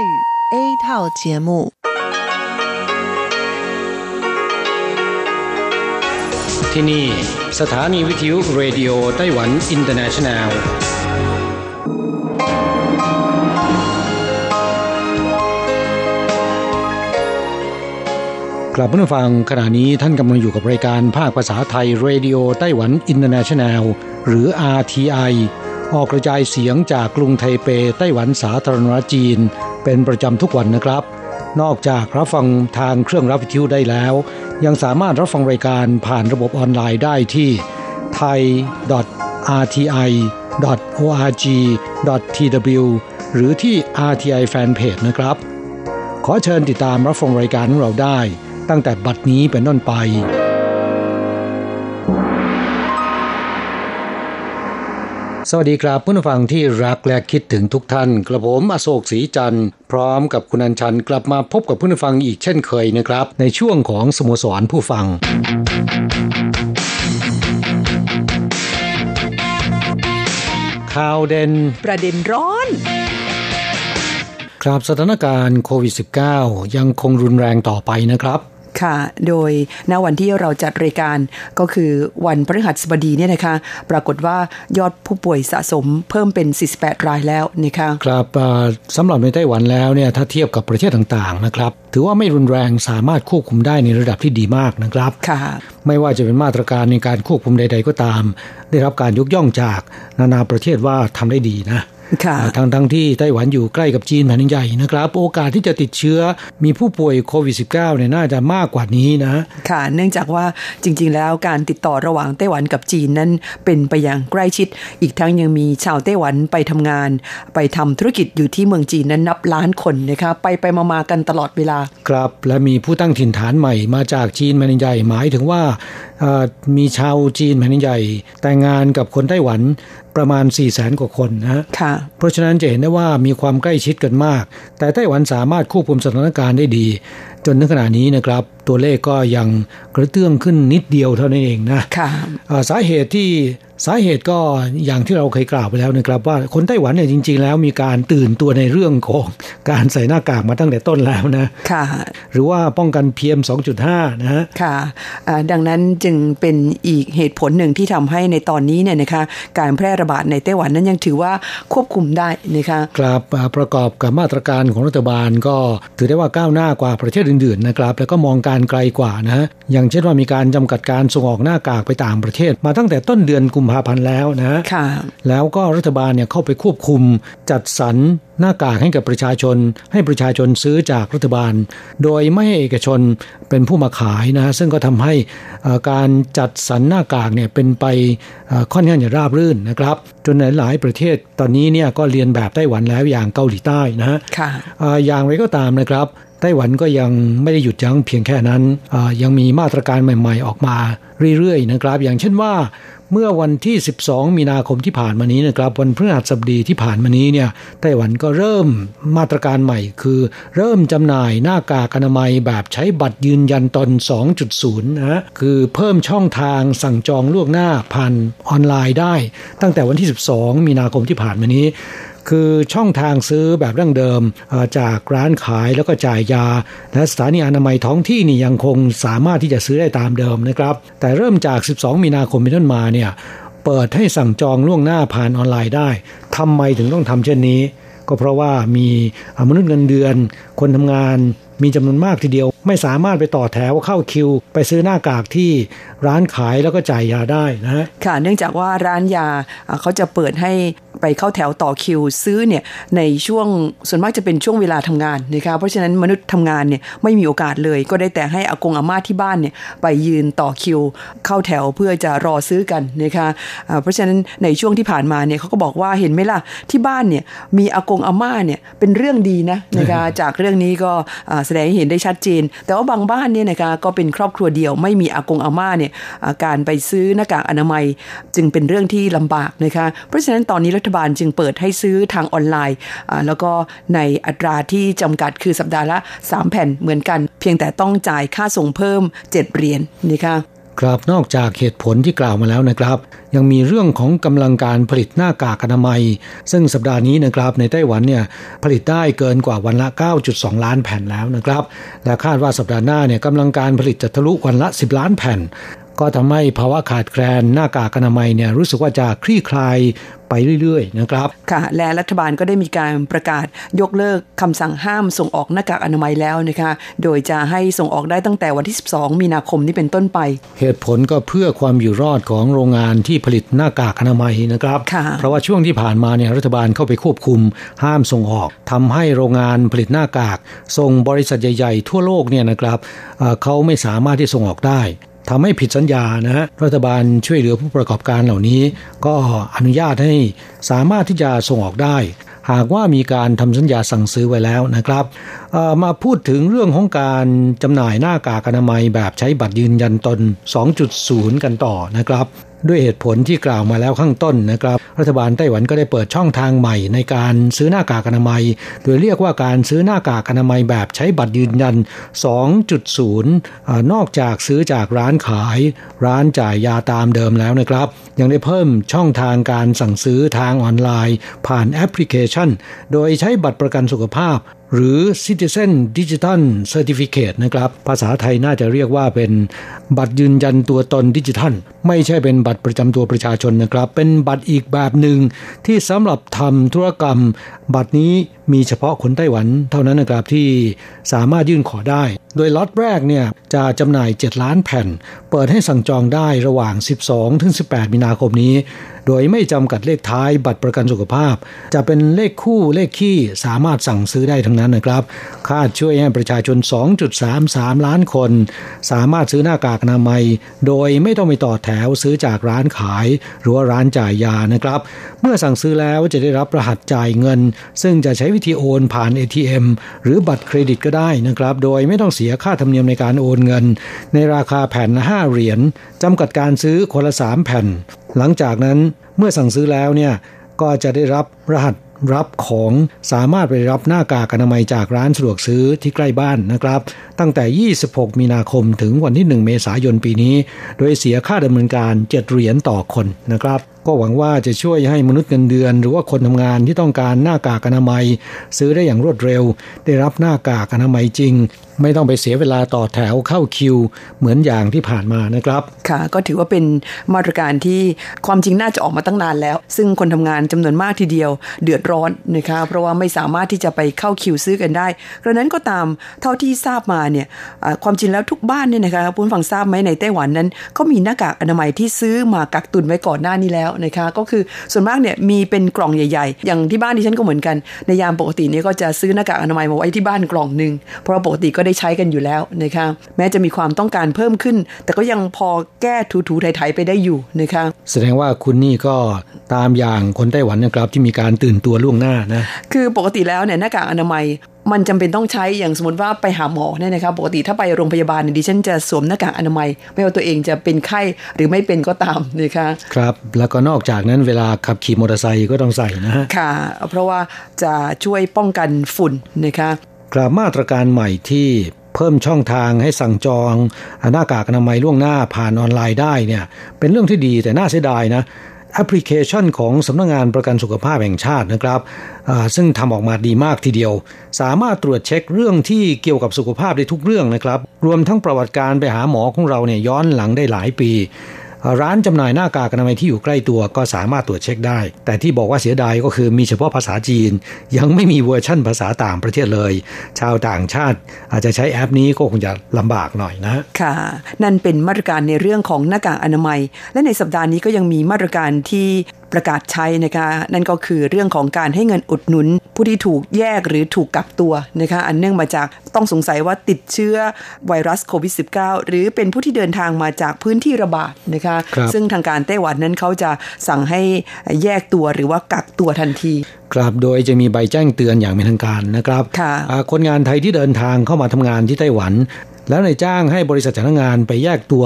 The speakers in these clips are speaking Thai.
语 A 套节目ที่นี่สถานีวิทยุเรดิโอไต้หวันอินเตอร์เนชั่นแนลกลับมาฟังขณะนี้ท่านกำลังอยู่กับรายการภาคภาษาไทยเรดิโอไต้หวันอินเตอร์เนชั่นแนลหรือ RTI ออกกระจายเสียงจากกรุงไทเปไต้หวันสาธารณรัฐจีนเป็นประจำทุกวันนะครับนอกจากรับฟังทางเครื่องรับวิทยุได้แล้วยังสามารถรับฟังรายการผ่านระบบออนไลน์ได้ที่ thai.rti.org.tw หรือที่ RTI Fanpage นะครับขอเชิญติดตามรับฟังรายการของเราได้ตั้งแต่บัดนี้เป็นต้นไปสวัสดีครับผู้ฟังที่รักและคิดถึงทุกท่านกระผมอโศกศรีจันทร์พร้อมกับคุณอัญชันกลับมาพบกับผู้ฟังอีกเช่นเคยนะครับในช่วงของสโมสรผู้ฟังข่าวเด่นประเด็นร้อนครับสถานการณ์โควิด -19 ยังคงรุนแรงต่อไปนะครับค่ะโดยณวันที่เราจัดรายการก็คือวันพฤหัสบดีเนี่ยนะคะปรากฏว่ายอดผู้ป่วยสะสมเพิ่มเป็น48รายแล้วนะคะครับสำหรับในไต้หวันแล้วเนี่ยถ้าเทียบกับประเทศต่างๆนะครับถือว่าไม่รุนแรงสามารถควบคุมได้ในระดับที่ดีมากนะครับค่ะไม่ว่าจะเป็นมาตรการในการควบคุมใดๆก็ตามได้รับการยกย่องจากนานาประเทศว่าทำได้ดีนะทั้งที่ไต้หวันอยู่ใกล้กับจีนแผ่นใหญ่นะครับโอกาสที่จะติดเชื้อมีผู้ป่วยโควิด -19 เนี่ยน่าจะมากกว่านี้นะค่ะเนื่องจากว่าจริงๆแล้วการติดต่อระหว่างไต้หวันกับจีนนั้นเป็นไปอย่างใกล้ชิดอีกทั้งยังมีชาวไต้หวันไปทำงานไปทำธุรกิจอยู่ที่เมืองจีนนั้นนับล้านคนนะคะไปมากันตลอดเวลาครับและมีผู้ตั้งถิ่นฐานใหม่มาจากจีนแผ่นใหญ่หมายถึงว่ามีชาวจีนแผ่นใหญ่แต่งงานกับคนไต้หวันประมาณ 400,000 กว่าคนนะเพราะฉะนั้นจะเห็นได้ว่ามีความใกล้ชิดกันมากแต่ไต้หวันสามารถควบคุมสถานการณ์ได้ดีจนถึงขณะนี้นะครับตัวเลขก็ยังกระเตื้องขึ้นนิดเดียวเท่านั้นเองนะสาเหตุก็อย่างที่เราเคยกล่าวไปแล้วนะครับว่าคนไต้หวันเนี่ยจริงๆแล้วมีการตื่นตัวในเรื่องของการใส่หน้ากากมาตั้งแต่ต้นแล้วนะหรือว่าป้องกัน PM 2.5 นะฮะค่ะดังนั้นจึงเป็นอีกเหตุผลหนึ่งที่ทำให้ในตอนนี้เนี่ยนะคะการแพร่ระบาดในไต้หวันนั้นยังถือว่าควบคุมได้นะคะครับประกอบกับมาตรการของรัฐบาลก็ถือได้ว่าก้าวหน้ากว่าประเทศอื่นๆนะครับแล้วก็มองการไกลกว่านะอย่างเช่นว่ามีการจำกัดการส่งออกหน้ากากไปต่างประเทศมาตั้งแต่ต้นเดือนกุมภาพันธ์แล้วนะแล้วก็รัฐบาลเนี่ยเข้าไปควบคุมจัดสรรหน้ากากให้กับประชาชนให้ประชาชนซื้อจากรัฐบาลโดยไม่ให้เอกชนเป็นผู้มาขายนะซึ่งก็ทำให้การจัดสรรหน้ากากเนี่ยเป็นไปค่อนข้างจะราบรื่นนะครับจนหลายประเทศตอนนี้เนี่ยก็เรียนแบบไต้หวันแล้วอย่างเกาหลีใต้นะฮะอย่างไรก็ตามนะครับไต้หวันก็ยังไม่ได้หยุดยั้งเพียงแค่นั้นยังมีมาตรการใหม่ๆออกมาเรื่อยๆนะครับอย่างเช่นว่าเมื่อวันที่12มีนาคมที่ผ่านมานี้นะครับวันพฤหัสบดีที่ผ่านมานี้เนี่ยไต้หวันก็เริ่มมาตรการใหม่คือเริ่มจำหน่ายหน้ากากอนามัยแบบใช้บัตรยืนยันตน 2.0 นะคือเพิ่มช่องทางสั่งจองล่วงหน้าผ่านออนไลน์ได้ตั้งแต่วันที่12มีนาคมที่ผ่านมานี้คือช่องทางซื้อแบบดั้งเดิมจากร้านขายแล้วก็จ่ายยาและสถานีอนามัยท้องที่นี่ยังคงสามารถที่จะซื้อได้ตามเดิมนะครับแต่เริ่มจาก12มีนาคมเป็นต้นมาเนี่ยเปิดให้สั่งจองล่วงหน้าผ่านออนไลน์ได้ทำไมถึงต้องทำเช่นนี้ก็เพราะว่ามีมนุษย์เงินเดือนคนทำงานมีจำนวนมากทีเดียวไม่สามารถไปต่อแถวเข้าคิวไปซื้อหน้ากากที่ร้านขายแล้วก็จ่ายยาได้นะฮะค่ะเนื่องจากว่าร้านยาเขาจะเปิดให้ไปเข้าแถวต่อคิวซื้อเนี่ยในช่วงส่วนมากจะเป็นช่วงเวลาทำงานนะคะเพราะฉะนั้นมนุษย์ทำงานเนี่ยไม่มีโอกาสเลยก็ได้แต่ให้อากงอาม่าที่บ้านเนี่ยไปยืนต่อคิวเข้าแถวเพื่อจะรอซื้อกันนะคะเพราะฉะนั้นในช่วงที่ผ่านมาเนี่ยเขาก็บอกว่าเห็นไหมล่ะที่บ้านเนี่ยมีอากงอาม่าเนี่ยเป็นเรื่องดีนะคะจากเรื่องนี้ก็แสดงให้เห็นได้ชัดเจนแต่ว่าบางบ้านเนี่ยนะคะก็เป็นครอบครัวเดียวไม่มีอากงอาม่าเนี่ยการไปซื้อหน้ากากอนามัยจึงเป็นเรื่องที่ลำบากนะคะเพราะฉะนั้นตอนนี้รัฐบาลจึงเปิดให้ซื้อทางออนไลน์แล้วก็ในอัตราที่จำกัดคือสัปดาห์ละ3แผ่นเหมือนกันเพียงแต่ต้องจ่ายค่าส่งเพิ่ม7เหรียญนะคะครับนอกจากเหตุผลที่กล่าวมาแล้วนะครับยังมีเรื่องของกำลังการผลิตหน้ากากอนามัยซึ่งสัปดาห์นี้นะครับในไต้หวันเนี่ยผลิตได้เกินกว่าวันละ 9.2 ล้านแผ่นแล้วนะครับและคาดว่าสัปดาห์หน้าเนี่ยกำลังการผลิตจะทะลุวันละ10ล้านแผ่นก็ทำให้ภาวะขาดแคลนหน้ากากอนามัยเนี่ยรู้สึกว่าจะคลี่คลายไปเรื่อยๆนะครับค่ะและรัฐบาลก็ได้มีการประกาศยกเลิกคำสั่งห้ามส่งออกหน้ากากอนามัยแล้วนะคะโดยจะให้ส่งออกได้ตั้งแต่วันที่12มีนาคมนี้เป็นต้นไปเหตุผลก็เพื่อความอยู่รอดของโรงงานที่ผลิตหน้ากากอนามัยนะครับเพราะว่าช่วงที่ผ่านมาเนี่ยรัฐบาลเข้าไปควบคุมห้ามส่งออกทำให้โรงงานผลิตหน้ากากส่งบริษัทใหญ่ๆทั่วโลกเนี่ยนะครับเขาไม่สามารถที่ส่งออกได้ทำให้ผิดสัญญานะฮะรัฐบาลช่วยเหลือผู้ประกอบการเหล่านี้ก็อนุญาตให้สามารถที่จะส่งออกได้หากว่ามีการทำสัญญาสั่งซื้อไว้แล้วนะครับมาพูดถึงเรื่องของการจำหน่ายหน้ากากอนามัยแบบใช้บัตรยืนยันตน 2.0 กันต่อนะครับด้วยเหตุผลที่กล่าวมาแล้วข้างต้นนะครับรัฐบาลไต้หวันก็ได้เปิดช่องทางใหม่ในการซื้อหน้ากากอนามัยโดยเรียกว่าการซื้อหน้ากากอนามัยแบบใช้บัตรยืนยัน 2.0 นอกจากซื้อจากร้านขายร้านจ่ายยาตามเดิมแล้วนะครับยังได้เพิ่มช่องทางการสั่งซื้อทางออนไลน์ผ่านแอปพลิเคชันโดยใช้บัตรประกันสุขภาพหรือ Citizen Digital Certificate นะครับภาษาไทยน่าจะเรียกว่าเป็นบัตรยืนยันตัวตนดิจิทัลไม่ใช่เป็นบัตรประจำตัวประชาชนนะครับเป็นบัตรอีกแบบหนึ่งที่สำหรับทำธุรกรรมบัตรนี้มีเฉพาะคนไต้หวันเท่านั้นนะครับที่สามารถยื่นขอได้โดยล็อตแรกเนี่ยจะจำหน่าย7ล้านแผ่นเปิดให้สั่งจองได้ระหว่าง 12-18 มีนาคมนี้โดยไม่จำกัดเลขท้ายบัตรประกันสุขภาพจะเป็นเลขคู่เลขคี่สามารถสั่งซื้อได้ทั้งนั้นนะครับคาดช่วยให้ประชาชน 2.33 ล้านคนสามารถซื้อหน้ากากอนามัยโดยไม่ต้องไปต่อแถวซื้อจากร้านขายหรือว่าร้านจ่ายยานะครับเมื่อสั่งซื้อแล้วจะได้รับรหัสจ่ายเงินซึ่งจะใช้วิธีโอนผ่าน ATM หรือบัตรเครดิตก็ได้นะครับโดยไม่ต้องเสียค่าธรรมเนียมในการโอนเงินในราคาแผ่นละ5เหรียญจำกัดการซื้อคนละ3แผ่นหลังจากนั้นเมื่อสั่งซื้อแล้วเนี่ยก็จะได้รับรหัสรับของสามารถไปรับหน้ากากอนามัยจากร้านสะดวกซื้อที่ใกล้บ้านนะครับตั้งแต่26มีนาคมถึงวันที่1เมษายนปีนี้โดยเสียค่าดำเนินการ7เหรียญต่อคนนะครับก็หวังว่าจะช่วยให้มนุษย์เงินเดือนหรือว่าคนทำงานที่ต้องการหน้ากากอนามัยซื้อได้อย่างรวดเร็วได้รับหน้ากากอนามัยจริงไม่ต้องไปเสียเวลาต่อแถวเข้าคิวเหมือนอย่างที่ผ่านมานะครับค่ะก็ถือว่าเป็นมาตรการที่ความจริงน่าจะออกมาตั้งนานแล้วซึ่งคนทำงานจำนวนมากทีเดียวเดือดร้อนนะคะเพราะว่าไม่สามารถที่จะไปเข้าคิวซื้อกันได้กระนั้นก็ตามเท่าที่ทราบมาเนี่ยความจริงแล้วทุกบ้านเนี่ยนะคะผู้ฟังทราบไหมในไต้หวันนั้นก็มีหน้ากากอนามัยที่ซื้อมากักตุนไว้ก่อนหน้านี้แล้วนะคะก็คือส่วนมากเนี่ยมีเป็นกล่องใหญ่ๆอย่างที่บ้านดิฉันก็เหมือนกันในยามปกตินี้ก็จะซื้อหน้ากากอนามัยมาไว้ที่บ้านกล่องนึงเพราะปกติก็ได้ใช้กันอยู่แล้วนะคะแม้จะมีความต้องการเพิ่มขึ้นแต่ก็ยังพอแก้ถูๆไถๆไปได้อยู่นะคะแสดงว่าคุณนี่ก็ตามอย่างคนไต้หวันนะครับที่มีการตื่นตัวล่วงหน้านะคือปกติแล้วเนี่ยหน้ากากอนามัยมันจำเป็นต้องใช้อย่างสมมติว่าไปหาหมอเนี่ยนะคะปกติถ้าไปโรงพยาบาลดิฉันจะสวมหน้ากากอนามัยไม่ว่าตัวเองจะเป็นไข้หรือไม่เป็นก็ตามนะคะครับแล้วก็นอกจากนั้นเวลาขับขี่มอเตอร์ไซค์ก็ต้องใส่นะฮะค่ะเพราะว่าจะช่วยป้องกันฝุ่นนะคะกราบมาตรการใหม่ที่เพิ่มช่องทางให้สั่งจองหน้ากากอนามัยล่วงหน้าผ่านออนไลน์ได้เนี่ยเป็นเรื่องที่ดีแต่น่าเสียดายนะแอปพลิเคชันของสำนักงานประกันสุขภาพแห่งชาตินะครับซึ่งทำออกมาดีมากทีเดียวสามารถตรวจเช็คเรื่องที่เกี่ยวกับสุขภาพได้ทุกเรื่องนะครับรวมทั้งประวัติการไปหาหมอของเราเนี่ยย้อนหลังได้หลายปีร้านจำหน่ายหน้ากากอนามัยที่อยู่ใกล้ตัวก็สามารถตรวจเช็คได้แต่ที่บอกว่าเสียดายก็คือมีเฉพาะภาษาจีนยังไม่มีเวอร์ชั่นภาษาต่างประเทศเลยชาวต่างชาติอาจจะใช้แอปนี้ก็คงจะลำบากหน่อยนะค่ะนั่นเป็นมาตรการในเรื่องของหน้ากากอนามัยและในสัปดาห์นี้ก็ยังมีมาตรการที่ประกาศใช้นะคะนั่นก็คือเรื่องของการให้เงินอุดหนุนผู้ที่ถูกแยกหรือถูกกักตัวนะคะอันเนื่องมาจากต้องสงสัยว่าติดเชื้อไวรัสโควิด -19 หรือเป็นผู้ที่เดินทางมาจากพื้นที่ระบาดนะคะซึ่งทางการไต้หวันนั้นเขาจะสั่งให้แยกตัวหรือว่ากักตัวทันทีครับโดยจะมีใบแจ้งเตือนอย่างเป็นทางการนะครับคนงานไทยที่เดินทางเข้ามาทำงานที่ไต้หวันแล้วนายจ้างให้บริษัทจ้างงานไปแยกตัว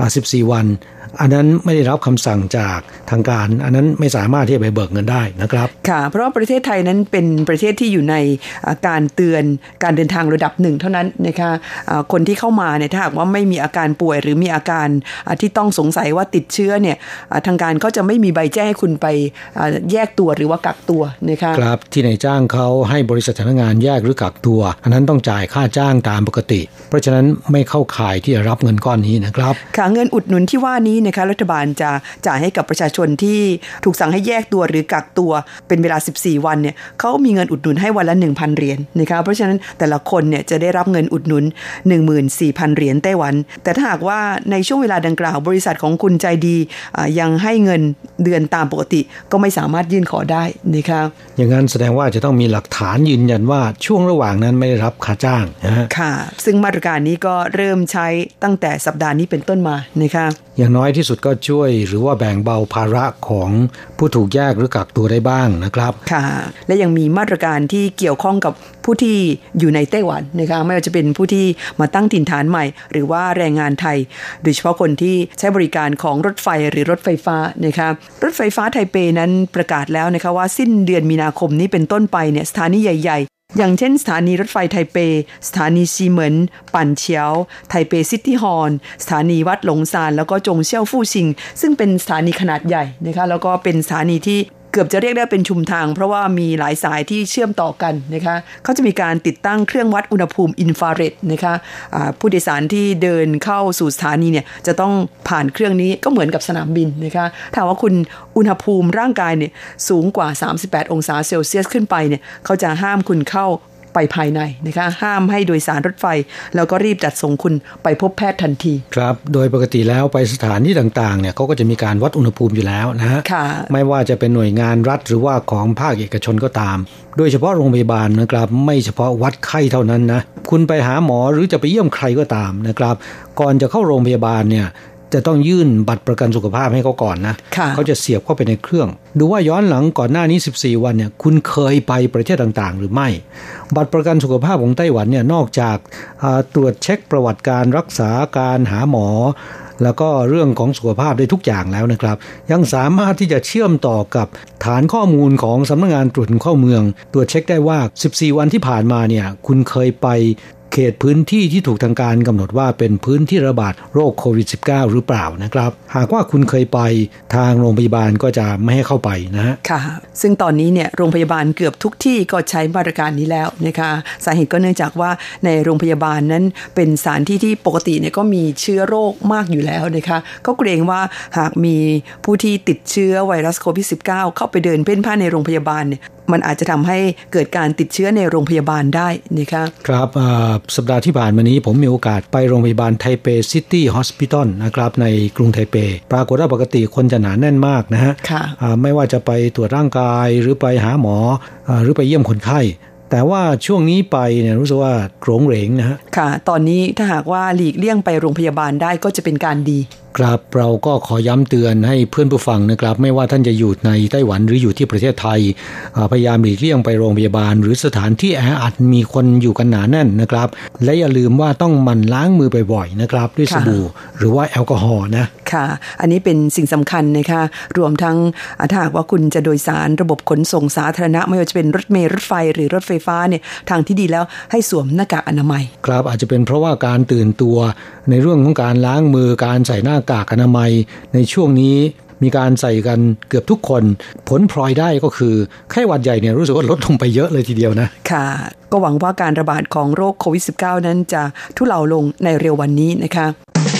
14 วันอันนั้นไม่ได้รับคำสั่งจากทางการอันนั้นไม่สามารถที่จะไปเบิกเงินได้นะครับค่ะเพราะว่าประเทศไทยนั้นเป็นประเทศที่อยู่ในการเตือนการเดินทางระดับหนึ่งเท่านั้นนะคะคนที่เข้ามาเนี่ยถ้าหากว่าไม่มีอาการป่วยหรือมีอาการที่ต้องสงสัยว่าติดเชื้อเนี่ยทางการเขาจะไม่มีใบแจ้งให้คุณไปแยกตัวหรือว่ากักตัวนะคะครับที่นายจ้างเขาให้บริษัทจ้างงานแยกหรือกักตัวอันนั้นต้องจ่ายค่าจ้างตามปกติเพราะฉะนั้นไม่เข้าข่ายที่จะรับเงินก้อนนี้นะครับค่ะเงินอุดหนุนที่ว่านี้นะคะรัฐบาลจะจ่ายให้กับประชาชนที่ถูกสั่งให้แยกตัวหรือกักตัวเป็นเวลา14 วันเนี่ยเขามีเงินอุดหนุนให้วันละ 1,000 เหรียญนะคะเพราะฉะนั้นแต่ละคนเนี่ยจะได้รับเงินอุดหนุน 14,000 เหรียญไต้หวันแต่ถ้าหากว่าในช่วงเวลาดังกล่าวบริษัทของคุณใจดียังให้เงินเดือนตามปกติก็ไม่สามารถยื่นขอได้นะคะอย่างนั้นแสดงว่าจะต้องมีหลักฐานยืนยันว่าช่วงระหว่างนั้นไม่ได้รับค่าจ้างนะค่ะซึ่งมาตรการนี้ก็เริ่มใช้ตั้งแต่สัปดาห์นี้เป็นต้นมานะคะอย่างน้อยที่สุดก็ช่วยหรือว่าแบ่งเบาภาระของผู้ถูกแยกหรือกักตัวได้บ้างนะครับค่ะและยังมีมาตรการที่เกี่ยวข้องกับผู้ที่อยู่ในไต้หวันนะคะไม่ว่าจะเป็นผู้ที่มาตั้งถิ่นฐานใหม่หรือว่าแรงงานไทยโดยเฉพาะคนที่ใช้บริการของรถไฟหรือรถไฟฟ้านะคะรถไฟฟ้าไทเปนั้นประกาศแล้วนะคะว่าสิ้นเดือนมีนาคมนี้เป็นต้นไปเนี่ยสถานีใหญ่อย่างเช่นสถานีรถไฟไทเปสถานีซีเหมินปั่นเฉียวไทเปซิตี้ฮอลล์สถานีวัดหลงซานแล้วก็จงเซี่ยวฟู่ชิงซึ่งเป็นสถานีขนาดใหญ่นะคะแล้วก็เป็นสถานีที่เกือบจะเรียกได้เป็นชุมทางเพราะว่ามีหลายสายที่เชื่อมต่อกันนะคะเขาจะมีการติดตั้งเครื่องวัดอุณหภูมิอินฟราเรดนะคะผู้โดยสารที่เดินเข้าสู่สถานีเนี่ยจะต้องผ่านเครื่องนี้ก็เหมือนกับสนามบินนะคะถ้าว่าคุณอุณหภูมิร่างกายเนี่ยสูงกว่า38 องศาเซลเซียสขึ้นไปเนี่ยเขาจะห้ามคุณเข้าไปภายในนะคะห้ามให้โดยสารรถไฟแล้วก็รีบจัดส่งคุณไปพบแพทย์ทันทีครับโดยปกติแล้วไปสถานที่ต่างๆเนี่ยเขาก็จะมีการวัดอุณหภูมิอยู่แล้วนะฮะไม่ว่าจะเป็นหน่วยงานรัฐหรือว่าของภาคเอกชนก็ตามโดยเฉพาะโรงพยาบาลนะครับไม่เฉพาะวัดไข้เท่านั้นนะคุณไปหาหมอหรือจะไปเยี่ยมใครก็ตามนะครับก่อนจะเข้าโรงพยาบาลเนี่ยจะต้องยื่นบัตรประกันสุขภาพให้เขาก่อนนะเขาจะเสียบเข้าไปในเครื่องดูว่าย้อนหลังก่อนหน้านี้14 วันเนี่ยคุณเคยไปประเทศต่างๆหรือไม่บัตรประกันสุขภาพของไต้หวันเนี่ยนอกจากตรวจเช็คประวัติการรักษาการหาหมอแล้วก็เรื่องของสุขภาพได้ทุกอย่างแล้วนะครับยังสามารถที่จะเชื่อมต่อกับฐานข้อมูลของสำนักงานตรวจคนเข้าเมืองตรวจเช็คได้ว่า14 วันที่ผ่านมาเนี่ยคุณเคยไปเขตพื้นที่ที่ถูกทางการกำหนดว่าเป็นพื้นที่ระบาดโรคโควิด -19 หรือเปล่านะครับหากว่าคุณเคยไปทางโรงพยาบาลก็จะไม่ให้เข้าไปนะฮะค่ะซึ่งตอนนี้เนี่ยโรงพยาบาลเกือบทุกที่ก็ใช้มาตรการนี้แล้วนะคะสาเหตุก็เนื่องจากว่าในโรงพยาบาลนั้นเป็นสถานที่ที่ปกติเนี่ยก็มีเชื้อโรคมากอยู่แล้วนะคะก็เกรงว่าหากมีผู้ที่ติดเชื้อไวรัสโควิด -19 เข้าไปเดินเพ่นพ่านในโรงพยาบาลเนี่ยมันอาจจะทำให้เกิดการติดเชื้อในโรงพยาบาลได้นะคะครับสัปดาห์ที่ผ่านมานี้ผมมีโอกาสไปโรงพยาบาลไทเปซิตี้ฮอสพิทอลนะครับในกรุงไทเปปรากฏว่าปกติคนจะหนาแน่นมากนะฮะไม่ว่าจะไปตรวจร่างกายหรือไปหาหมอหรือไปเยี่ยมคนไข้แต่ว่าช่วงนี้ไปเนี่ยรู้สึกว่าโกรงเหรงนะฮะค่ะตอนนี้ถ้าหากว่าหลีกเลี่ยงไปโรงพยาบาลได้ก็จะเป็นการดีครับเราก็ขอย้ำเตือนให้เพื่อนผู้ฟังนะครับไม่ว่าท่านจะอยู่ในไต้หวันหรืออยู่ที่ประเทศไทยพยายามหลีกเลี่ยงไปโรงพยาบาลหรือสถานที่แออัดมีคนอยู่กันหนาแน่นนะครับและอย่าลืมว่าต้องหมั่นล้างมือบ่อยๆนะครับด้วยสบู่หรือว่าแอลกอฮอล์นะค่ะอันนี้เป็นสิ่งสำคัญนะคะรวมทั้งถ้าหากว่าคุณจะโดยสารระบบขนส่งสาธารณะไม่ว่าจะเป็นรถเมล์รถไฟหรือรถไฟฟ้าเนี่ยทางที่ดีแล้วให้สวมหน้ากากอนามัยครับอาจจะเป็นเพราะว่าการตื่นตัวในเรื่องของการล้างมือการใส่หน้ากากอนามัยในช่วงนี้มีการใส่กันเกือบทุกคนผลพลอยได้ก็คือไข้หวัดใหญ่เนี่ยรู้สึกว่าลดลงไปเยอะเลยทีเดียวนะค่ะก็หวังว่าการระบาดของโรคโควิด -19 นั้นจะทุเลาลงในเร็ววันนี้นะคะ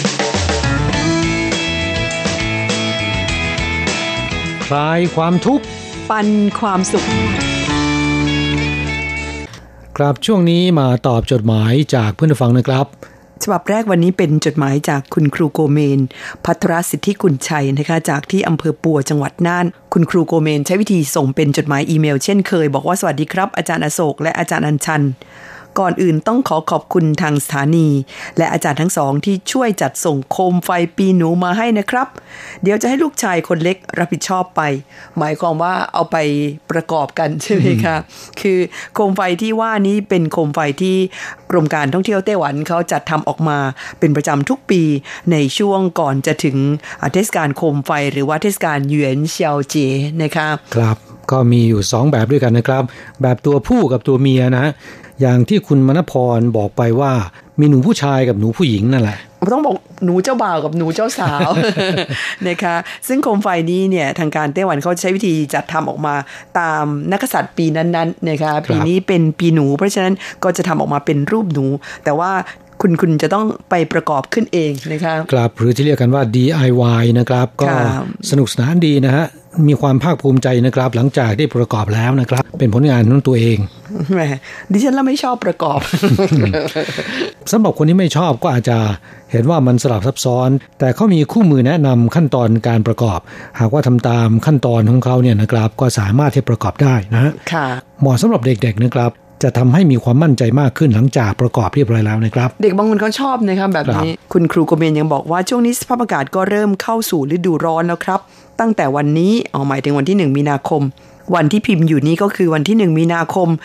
คลายความทุกข์ปันความสุขครับช่วงนี้มาตอบจดหมายจากเพื่อนผู้ฟังนะครับฉบับแรกวันนี้เป็นจดหมายจากคุณครูโกเมนภัทรสิทธิกุลชัยนะคะจากที่อำเภอปัวจังหวัดน่านคุณครูโกเมนใช้วิธีส่งเป็นจดหมายอีเมลเช่นเคยบอกว่าสวัสดีครับอาจารย์อโศกและอาจารย์อัญชันก่อนอื่นต้องขอบคุณทางสถานีและอาจารย์ทั้งสองที่ช่วยจัดส่งโคมไฟปีหนูมาให้นะครับเดี๋ยวจะให้ลูกชายคนเล็กรับผิดชอบไปหมายความว่าเอาไปประกอบกันใช่ไหมคะคือโคมไฟที่ว่านี้เป็นโคมไฟที่กรมการท่องเที่ยวไต้หวันเขาจัดทำออกมาเป็นประจำทุกปีในช่วงก่อนจะถึงเทศกาลโคมไฟหรือว่าเทศกาลหยวนเซียวเจ๋นะคะครับก็มีอยู่2แบบด้วยกันนะครับแบบตัวผู้กับตัวเมียนะอย่างที่คุณมณพรบอกไปว่ามีหนูผู้ชายกับหนูผู้หญิงนั่นแหละต้องบอกหนูเจ้าบ่าวกับหนูเจ้าสาว นะคะซึ่งโคมไฟนี้เนี่ยทางการไต้หวันเขาใช้วิธีจัดทำออกมาตามนักกษัตริย์ปีนั้นๆนะคะปีนี้เป็นปีหนูเพราะฉะนั้นก็จะทำออกมาเป็นรูปหนูแต่ว่าคุณจะต้องไปประกอบขึ้นเองนะคะครับหรือที่เรียกกันว่า DIY นะครับก็สนุกสนานดีนะฮะมีความภาคภูมิใจนะครับหลังจากได้ประกอบแล้วนะครับเป็นผลงานของตัวเองแหมดิฉันแล้วไม่ชอบประกอบสำหรับคนที่ไม่ชอบก็อาจจะเห็นว่ามันสลับซับซ้อนแต่เขามีคู่มือแนะนำขั้นตอนการประกอบหากว่าทำตามขั้นตอนของเขาเนี่ยนะครับก็สามารถที่ประกอบได้นะค่ะเหมาะสำหรับเด็กๆนะครับจะทำให้มีความมั่นใจมากขึ้นหลังจากประกอบเรียบร้อยแล้วนะครับเด็กบางคนก็ชอบนะครับแบบนี้คุณครูโกเมนยังบอกว่าช่วงนี้สภาพอากาศก็เริ่มเข้าสู่ฤดูร้อนแล้วครับตั้งแต่วันนี้หมายถึงวันที่1มีนาคมวันที่พิมพ์อยู่นี้ก็คือวันที่1มีนาคม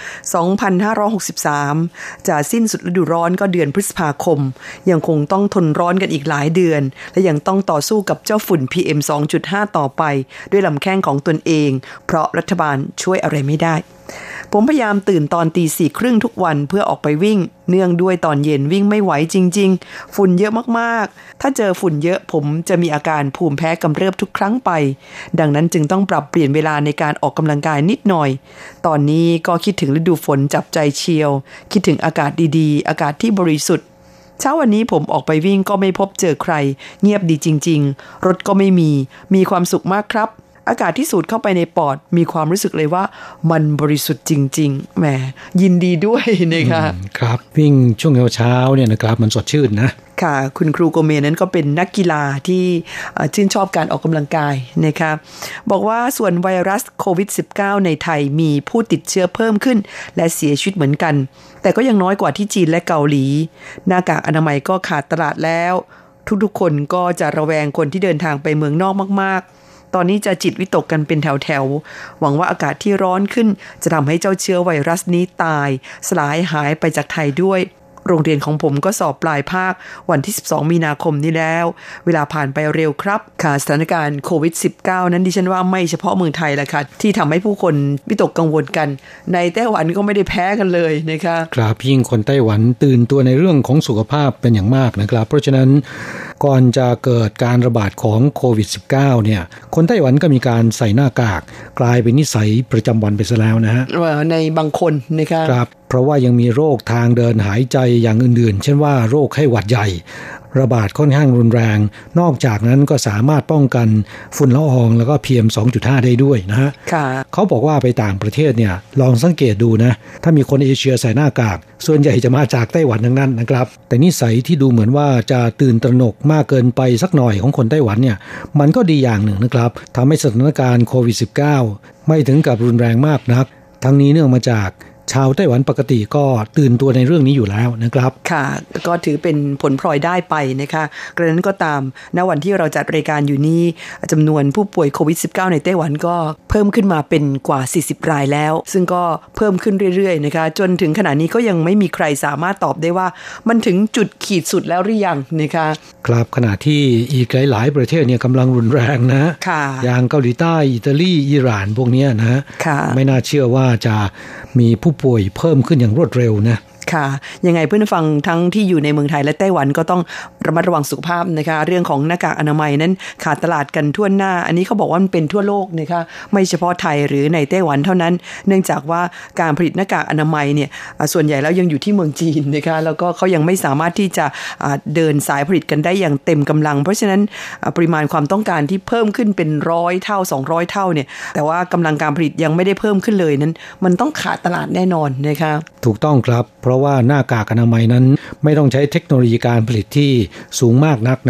2563จะสิ้นสุดฤดูร้อนก็เดือนพฤษภาคมยังคงต้องทนร้อนกันอีกหลายเดือนและยังต้องต่อสู้กับเจ้าฝุ่น PM 2.5 ต่อไปด้วยลำแข้งของตนเองเพราะรัฐบาลช่วยอะไรไม่ได้ผมพยายามตื่นตอน 4:30 ทุกวันเพื่อออกไปวิ่งเนื่องด้วยตอนเย็นวิ่งไม่ไหวจริงๆฝุ่นเยอะมากๆถ้าเจอฝุ่นเยอะผมจะมีอาการภูมิแพ้กำเริบทุกครั้งไปดังนั้นจึงต้องปรับเปลี่ยนเวลาในการออกกำลังกายนิดหน่อยตอนนี้ก็คิดถึงฤดูฝนจับใจเชียวคิดถึงอากาศดีๆอากาศที่บริสุทธิ์เช้าวันนี้ผมออกไปวิ่งก็ไม่พบเจอใครเงียบดีจริงๆรถก็ไม่มีความสุขมากครับอากาศที่สูดเข้าไปในปอดมีความรู้สึกเลยว่ามันบริสุทธิ์จริงๆแหมยินดีด้วยนะคะครับวิ่งช่วงเช้าเนี่ยนะครับมันสดชื่นนะค่ะคุณครูโกเมนั้นก็เป็นนักกีฬาที่ชื่นชอบการออกกำลังกายนะคะบอกว่าส่วนไวรัสโควิด -19 ในไทยมีผู้ติดเชื้อเพิ่มขึ้นและเสียชีวิตเหมือนกันแต่ก็ยังน้อยกว่าที่จีนและเกาหลีหน้ากากอนามัยก็ขาดตลาดแล้วทุกๆคนก็จะระแวงคนที่เดินทางไปเมืองนอกมากๆตอนนี้จะจิตวิตกกันเป็นแถวๆหวังว่าอากาศที่ร้อนขึ้นจะทำให้เจ้าเชื้อไวรัสนี้ตายสลายหายไปจากไทยด้วยโรงเรียนของผมก็สอบปลายภาควันที่12มีนาคมนี้แล้วเวลาผ่านไปเร็วครับค่ะสถานการณ์โควิด -19 นั้นดิฉันว่าไม่เฉพาะเมืองไทยแหละค่ะที่ทำให้ผู้คนวิตกกังวลกันในไต้หวันก็ไม่ได้แพ้กันเลยนะคะครับยิ่งคนไต้หวันตื่นตัวในเรื่องของสุขภาพเป็นอย่างมากนะครับเพราะฉะนั้นก่อนจะเกิดการระบาดของโควิด -19 เนี่ยคนไต้หวันก็มีการใส่หน้ากากกลายเป็นนิสัยประจำวันไปซะแล้วนะฮะในบางคนนะคะครับเพราะว่ายังมีโรคทางเดินหายใจอย่างอื่นๆเช่นว่าโรคไข้หวัดใหญ่ระบาดค่อนข้างรุนแรงนอกจากนั้นก็สามารถป้องกันฝุ่นละอองแล้วก็ PM 2.5 ได้ด้วยนะฮะเขาบอกว่าไปต่างประเทศเนี่ยลองสังเกตดูนะถ้ามีคนเอเชียใส่หน้ากากส่วนใหญ่จะมาจากไต้หวันทั้งนั้นนะครับแต่นิสัยที่ดูเหมือนว่าจะตื่นตระหนกมากเกินไปสักหน่อยของคนไต้หวันเนี่ยมันก็ดีอย่างหนึ่งนะครับทำให้สถานการณ์โควิด -19 ไม่ถึงกับรุนแรงมากนักทั้งนี้เนื่องมาจากชาวไต้หวันปกติก็ตื่นตัวในเรื่องนี้อยู่แล้วนะครับค่ะก็ถือเป็นผลพลอยได้ไปนะคะกระนั้นก็ตามณวันที่เราจัดรายการอยู่นี้จำนวนผู้ป่วยโควิด -19 ในไต้หวันก็เพิ่มขึ้นมาเป็นกว่า40รายแล้วซึ่งก็เพิ่มขึ้นเรื่อยๆนะคะจนถึงขณะนี้ก็ยังไม่มีใครสามารถตอบได้ว่ามันถึงจุดขีดสุดแล้วหรือยังนะคะครับขณะที่อีกหลายๆประเทศเนี่ยกำลังรุนแรงนะอย่างเกาหลีใต้อิตาลีอิหร่านพวกนี้นะไม่น่าเชื่อว่าจะมีผู้ป่วยเพิ่มขึ้นอย่างรวดเร็วนะค่ะยังไงเพื่อนฟังทั้งที่อยู่ในเมืองไทยและไต้หวันก็ต้องระมัดระวังสุขภาพนะคะเรื่องของหน้ากากอนามัยนั้นขาดตลาดกันทั่วหน้าอันนี้เขาบอกว่ามันเป็นทั่วโลกนะคะไม่เฉพาะไทยหรือในไต้หวันเท่านั้นเนื่องจากว่าการผลิตหน้ากากอนามัยเนี่ยส่วนใหญ่แล้วยังอยู่ที่เมืองจีนนะคะแล้วก็เขายังไม่สามารถที่จะเดินสายผลิตกันได้อย่างเต็มกำลังเพราะฉะนั้นปริมาณความต้องการที่เพิ่มขึ้นเป็น100เท่า200เท่าเนี่ยแต่ว่ากำลังการผลิตยังไม่ได้เพิ่มขึ้นเลยนั้นมันต้องขาดตลาดแน่นอนนะคะถูกต้องครับเพราะว่าหน้ากากอนามัยนั้นไม่ต้องใช้เทคโนโลยีการผลิตที่สูงมากนักนะฮะ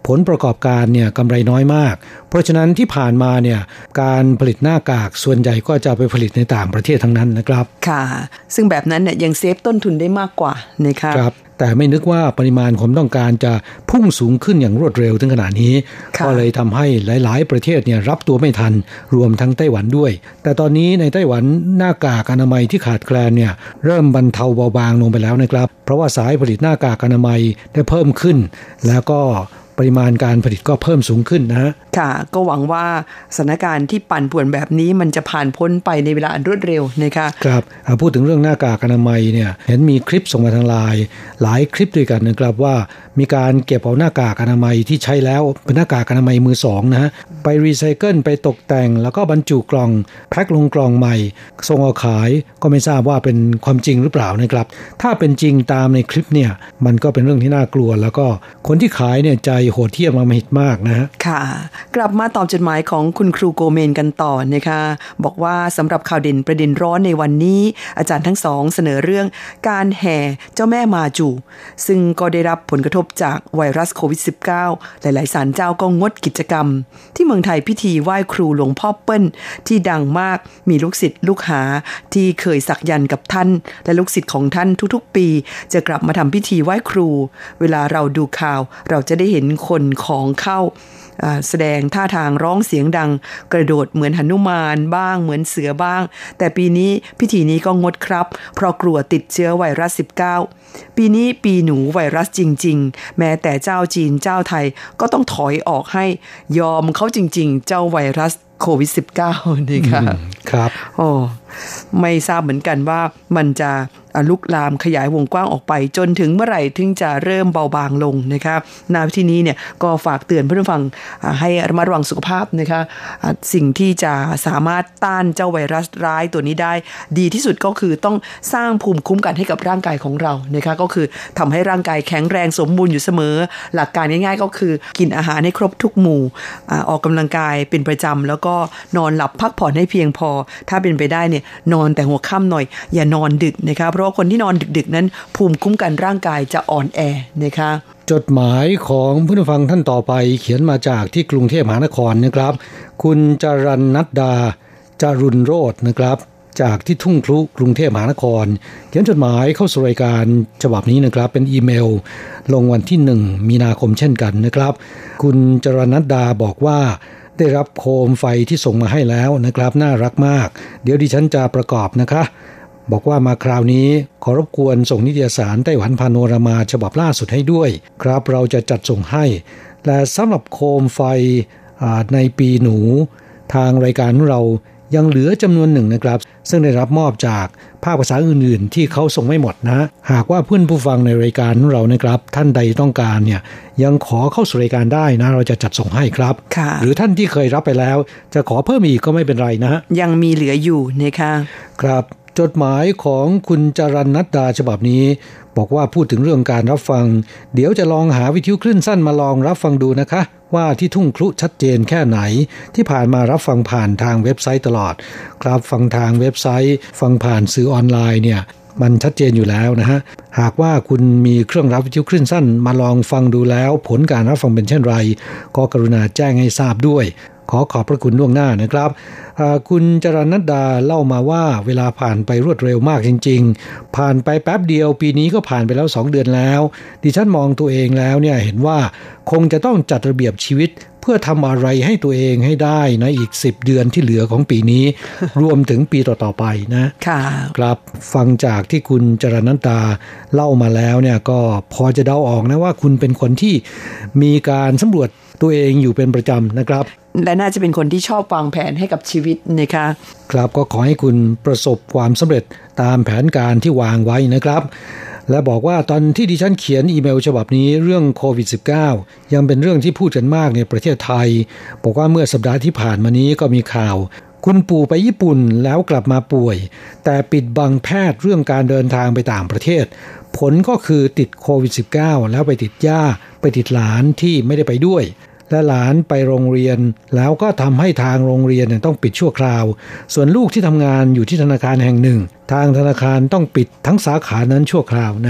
ผลประกอบการเนี่ยกำไรน้อยมากเพราะฉะนั้นที่ผ่านมาเนี่ยการผลิตหน้ากากส่วนใหญ่ก็จะไปผลิตในต่างประเทศทั้งนั้นนะครับค่ะซึ่งแบบนั้นเนี่ยยังเซฟต้นทุนได้มากกว่านะคะครับแต่ไม่นึกว่าปริมาณความต้องการจะพุ่งสูงขึ้นอย่างรวดเร็วถึงขนาดนี้ก็เลยทำให้หลายๆประเทศเนี่ยรับตัวไม่ทันรวมทั้งไต้หวันด้วยแต่ตอนนี้ในไต้หวันหน้ากากอนามัยที่ขาดแคลนเนี่ยเริ่มบรรเทาเบาบางลงไปแล้วนะครับเพราะว่าสายผลิตหน้ากากอนามัยได้เพิ่มขึ้นแล้วก็ปริมาณการผลิตก็เพิ่มสูงขึ้นนะค่ะก็หวังว่าสถานการณ์ที่ปั่นป่วนแบบนี้มันจะผ่านพ้นไปในเวลาอันรวดเร็วนะคะครับพูดถึงเรื่องหน้ากากอนามัยเนี่ยเห็นมีคลิปส่งมาทางไลน์หลายคลิปด้วยกันนะครับว่ามีการเก็บเอาหน้ากากอนามัยที่ใช้แล้วเป็นหน้ากากอนามัยมือสองนะฮะไปรีไซเคิลไปตกแต่งแล้วก็บรรจุกล่องแพ็คลงกล่องใหม่ส่งเอาขายก็ไม่ทราบว่าเป็นความจริงหรือเปล่านะครับถ้าเป็นจริงตามในคลิปเนี่ยมันก็เป็นเรื่องที่น่ากลัวแล้วก็คนที่ขายเนี่ยใจโหดเหี้ยมอำมหิตมากนะฮะค่ะกลับมาตอบจดหมายของคุณครูโกเมนกันต่อนะคะบอกว่าสำหรับข่าวเด่นประเด็นร้อนในวันนี้อาจารย์ทั้งสองเสนอเรื่องการแห่เจ้าแม่มาจูซึ่งก็ได้รับผลกระทบจากไวรัสโควิด -19 หลายๆศาลเจ้าก็งดกิจกรรมที่เมืองไทยพิธีไหว้ครูหลวงพ่อเปิ้ลที่ดังมากมีลูกศิษย์ลูกหาที่เคยสักยันต์กับท่านและลูกศิษย์ของท่านทุกๆปีจะกลับมาทำพิธีไหว้ครูเวลาเราดูข่าวเราจะได้เห็นคนของเข้าแสดงท่าทางร้องเสียงดังกระโดดเหมือนหนุมานบ้างเหมือนเสือบ้างแต่ปีนี้พิธีนี้ก็งดครับเพราะกลัวติดเชื้อไวรัส -19 ปีนี้ปีหนูไวรัสจริงๆแม้แต่เจ้าจีนเจ้าไทยก็ต้องถอยออกให้ยอมเขาจริงๆเจ้าไวรัสโควิด -19 นี่ค่ะครับไม่ทราบเหมือนกันว่ามันจะลุกลามขยายวงกว้างออกไปจนถึงเมื่อไหร่ถึงจะเริ่มเบาบางลงนะคะณที่นี้เนี่ยก็ฝากเตือนเพื่อนฟังให้ระมัดระวังสุขภาพนะคะสิ่งที่จะสามารถต้านเจ้าไวรัสร้ายตัวนี้ได้ดีที่สุดก็คือต้องสร้างภูมิคุ้มกันให้กับร่างกายของเรานะคะก็คือทำให้ร่างกายแข็งแรงสมบูรณ์อยู่เสมอหลักการง่ายๆก็คือกินอาหารให้ครบทุกหมู่ออกกำลังกายเป็นประจำแล้วก็นอนหลับพักผ่อนให้เพียงพอถ้าเป็นไปได้เนี่ยนอนแต่หัวค่ำหน่อยอย่านอนดึกนะคะเพราะว่าคนที่นอนดึกๆนั้นภูมิคุ้มกันร่างกายจะอ่อนแอนะคะจดหมายของผู้ฟังท่านต่อไปเขียนมาจากที่กรุงเทพมหานครนะครับคุณจรัญนัดดาจารุณโรจน์นะครับจากที่ทุ่งครุกรุงเทพมหานครเขียนจดหมายเข้าสู่รายการฉบับนี้นะครับเป็นอีเมลลงวันที่1มีนาคมเช่นกันนะครับคุณจรัญนัดดาบอกว่าได้รับโคมไฟที่ส่งมาให้แล้วนะครับน่ารักมากเดี๋ยวดิฉันจะประกอบนะคะบอกว่ามาคราวนี้ขอรบกวนส่งนิตยสารไต้หวันพาโนรามาฉบับล่าสุดให้ด้วยครับเราจะจัดส่งให้และสำหรับโคมไฟในปีหนูทางรายการของเรายังเหลือจำนวนหนึ่งนะครับซึ่งได้รับมอบจากภาคภาษาอื่นๆที่เขาส่งไม่หมดนะหากว่าเพื่อนผู้ฟังในรายการของเรานะครับท่านใดต้องการเนี่ยยังขอเข้าสู่รายการได้นะเราจะจัดส่งให้ครับหรือท่านที่เคยรับไปแล้วจะขอเพิ่มอีกก็ไม่เป็นไรนะยังมีเหลืออยู่นะคะครับจดหมายของคุณจรัญนัดดาฉบับนี้บอกว่าพูดถึงเรื่องการรับฟังเดี๋ยวจะลองหาวิทยุคลื่นสั้นมาลองรับฟังดูนะคะว่าที่ทุ่งครุชัดเจนแค่ไหนที่ผ่านมารับฟังผ่านทางเว็บไซต์ตลอดครับฟังทางเว็บไซต์ฟังผ่านสื่อออนไลน์เนี่ยมันชัดเจนอยู่แล้วนะฮะหากว่าคุณมีเครื่องรับวิทยุคลื่นสั้นมาลองฟังดูแล้วผลการรับฟังเป็นเช่นไรก็กรุณาแจ้งให้ทราบด้วยขอบพระคุณล่วงหน้านะครับคุณจรัญนัดดาเล่ามาว่าเวลาผ่านไปรวดเร็วมากจริงๆผ่านไปแป๊บเดียวปีนี้ก็ผ่านไปแล้ว2 เดือนแล้วดิฉันมองตัวเองแล้วเนี่ยเห็นว่าคงจะต้องจัดระเบียบชีวิตเพื่อทำอะไรให้ตัวเองให้ได้นะอีก10 เดือนที่เหลือของปีนี้ รวมถึงปีต่อๆไปนะครับฟังจากที่คุณจรัญนัดดาเล่ามาแล้วเนี่ยก็พอจะเดาออกนะว่าคุณเป็นคนที่มีการสำรวจตัวเองอยู่เป็นประจำนะครับและน่าจะเป็นคนที่ชอบวางแผนให้กับชีวิตนะคะครับก็ขอให้คุณประสบความสำเร็จตามแผนการที่วางไว้นะครับและบอกว่าตอนที่ดิฉันเขียนอีเมลฉบับนี้เรื่องโควิด -19 ยังเป็นเรื่องที่พูดกันมากในประเทศไทยบอกว่าเมื่อสัปดาห์ที่ผ่านมานี้ก็มีข่าวคุณปู่ไปญี่ปุ่นแล้วกลับมาป่วยแต่ปิดบังแพทย์เรื่องการเดินทางไปต่างประเทศผลก็คือติดโควิด -19 แล้วไปติดย่าไปติดหลานที่ไม่ได้ไปด้วยและหลานไปโรงเรียนแล้วก็ทำให้ทางโรงเรียนต้องปิดชั่วคราวส่วนลูกที่ทำงานอยู่ที่ธนาคารแห่งหนึ่งทางธนาคารต้องปิดทั้งสาขานั้นชั่วคราวนะฮะ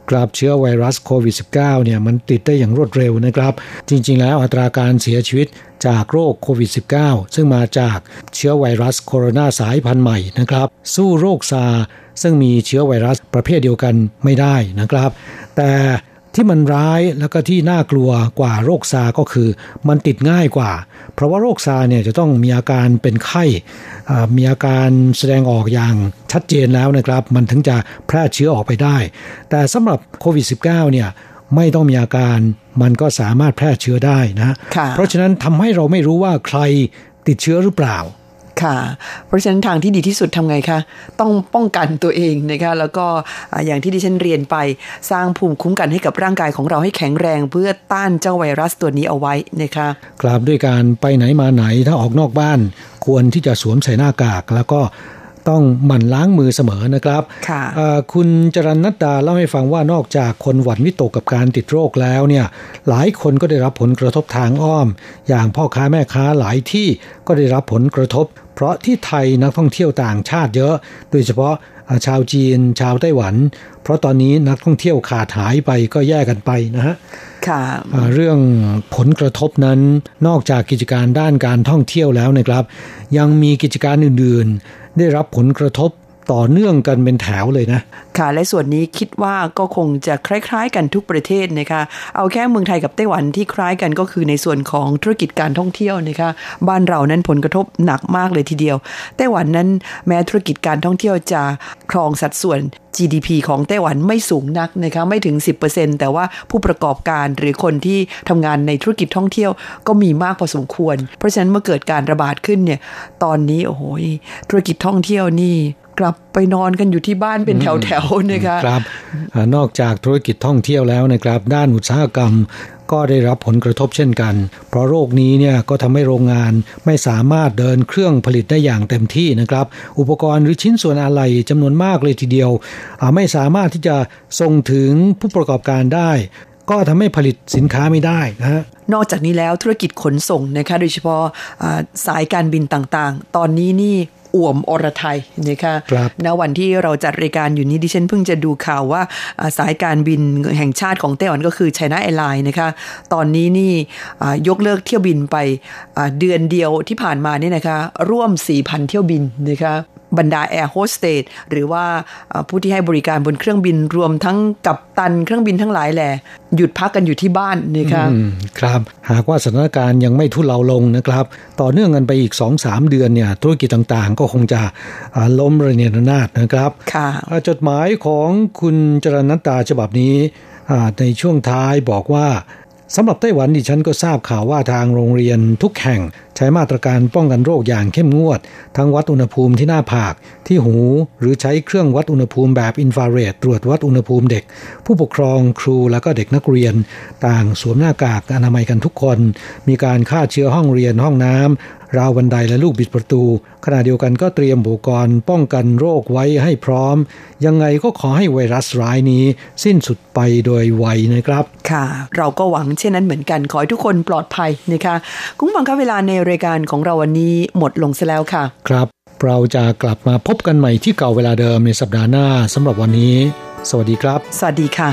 กราบเชื้อไวรัสโควิด -19 เนี่ยมันติดได้อย่างรวดเร็วนะครับจริงๆแล้วอัตราการเสียชีวิตจากโรคโควิด -19 ซึ่งมาจากเชื้อไวรัสโคโรนาสายพันธุ์ใหม่นะครับสู้โรคซาร์ซึ่งมีเชื้อไวรัสประเภทเดียวกันไม่ได้นะครับแต่ที่มันร้ายแล้วก็ที่น่ากลัวกว่าโรคซาร์ก็คือมันติดง่ายกว่าเพราะว่าโรคซาร์เนี่ยจะต้องมีอาการเป็นไข้มีอาการแสดงออกอย่างชัดเจนแล้วนะครับมันถึงจะแพร่เชื้อออกไปได้แต่สำหรับโควิด -19 เนี่ยไม่ต้องมีอาการมันก็สามารถแพร่เชื้อได้นะเพราะฉะนั้นทำให้เราไม่รู้ว่าใครติดเชื้อหรือเปล่าค่ะเพราะฉะนั้นทางที่ดีที่สุดทำไงคะต้องป้องกันตัวเองนะคะแล้วก็อย่างที่ดิฉันเรียนไปสร้างภูมิคุ้มกันให้กับร่างกายของเราให้แข็งแรงเพื่อต้านเจ้าไวรัสตัวนี้เอาไว้นะคะครับด้วยการไปไหนมาไหนถ้าออกนอกบ้านควรที่จะสวมใส่หน้ากากแล้วก็ต้องหมั่นล้างมือเสมอนะครับคุณจรัญนัตตาเล่าให้ฟังว่านอกจากคนหวั่นวิตกกับการติดโรคแล้วเนี่ยหลายคนก็ได้รับผลกระทบทางอ้อมอย่างพ่อค้าแม่ค้าหลายที่ก็ได้รับผลกระทบเพราะที่ไทยนักท่องเที่ยวต่างชาติเยอะโดยเฉพาะชาวจีนชาวไต้หวันเพราะตอนนี้นักท่องเที่ยวขาดหายไปก็แยกกันไปนะฮะเรื่องผลกระทบนั้นนอกจากกิจการด้านการท่องเที่ยวแล้วนะครับยังมีกิจการอื่นๆได้รับผลกระทบต่อเนื่องกันเป็นแถวเลยนะค่ะและส่วนนี้คิดว่าก็คงจะคล้ายๆกันทุกประเทศนะคะเอาแค่เมืองไทยกับไต้หวันที่คล้ายกันก็คือในส่วนของธุรกิจการท่องเที่ยวนะคะบ้านเรานั้นผลกระทบหนักมากเลยทีเดียวไต้หวันนั้นแม้ธุรกิจการท่องเที่ยวจะครองสัดส่วน GDP ของไต้หวันไม่สูงนักนะคะไม่ถึง 10% แต่ว่าผู้ประกอบการหรือคนที่ทำงานในธุรกิจท่องเที่ยวก็มีมากพอสมควรเพราะฉะนั้นเมื่อเกิดการระบาดขึ้นเนี่ยตอนนี้โอ้โหธุรกิจท่องเที่ยวนี่กลับไปนอนกันอยู่ที่บ้านเป็นแถวๆนะคะครับนอกจากธุรกิจท่องเที่ยวแล้วนะครับด้านอุตสาหกรรมก็ได้รับผลกระทบเช่นกันเพราะโรคนี้เนี่ยก็ทำให้โรงงานไม่สามารถเดินเครื่องผลิตได้อย่างเต็มที่นะครับอุปกรณ์หรือชิ้นส่วนอะไหล่จำนวนมากเลยทีเดียวไม่สามารถที่จะส่งถึงผู้ประกอบการได้ก็ทำให้ผลิตสินค้าไม่ได้นะฮะนอกจากนี้แล้วธุรกิจขนส่งนะคะโดยเฉพาะสายการบินต่างๆตอนนี้นี่อ่วมอรไทยนะคะณวันที่เราจัดรายการอยู่นี้ดิฉันเพิ่งจะดูข่าวว่าสายการบินแห่งชาติของไต้หวันก็คือ China Airlines นะคะตอนนี้นี่ยกเลิกเที่ยวบินไปเดือนเดียวที่ผ่านมานี่นะคะร่วม 4,000 เที่ยวบินนะคะบรรดาแอร์โฮสเตสหรือว่าผู้ที่ให้บริการบนเครื่องบินรวมทั้งกัปตันเครื่องบินทั้งหลายแหละหยุดพักกันอยู่ที่บ้านนะคะครับหากว่าสถานการณ์ยังไม่ทุเลาลงนะครับต่อเนื่องกันไปอีก 2-3 เดือนเนี่ยธุรกิจต่างๆก็คงจะล้มระเนระนาดนะครับจดหมายของคุณจรัญนัตตาฉบับนี้ในช่วงท้ายบอกว่าสำหรับไต้หวันดิฉันก็ทราบข่าวว่าทางโรงเรียนทุกแห่งใช้มาตรการป้องกันโรคอย่างเข้มงวดทั้งวัดอุณหภูมิที่หน้าผากที่หูหรือใช้เครื่องวัดอุณหภูมิแบบอินฟราเรดตรวจวัดอุณหภูมิเด็กผู้ปกครองครูและก็เด็กนักเรียนต่างสวมหน้ากากอนามัยกันทุกคนมีการฆ่าเชื้อห้องเรียนห้องน้ำราวบันไดและลูกบิดประตูขณะเดียวกันก็เตรียมอุปกรณ์ป้องกันโรคไว้ให้พร้อมยังไงก็ขอให้ไวรัสร้ายนี้สิ้นสุดไปโดยไวนะครับค่ะเราก็หวังเช่นนั้นเหมือนกันขอให้ทุกคนปลอดภัยนะคะคุณผู้ฟังคะเวลาในรายการของเราวันนี้หมดลงซะแล้วค่ะครับเราจะกลับมาพบกันใหม่ที่เก่าเวลาเดิมในสัปดาห์หน้าสำหรับวันนี้สวัสดีครับสวัสดีค่ะ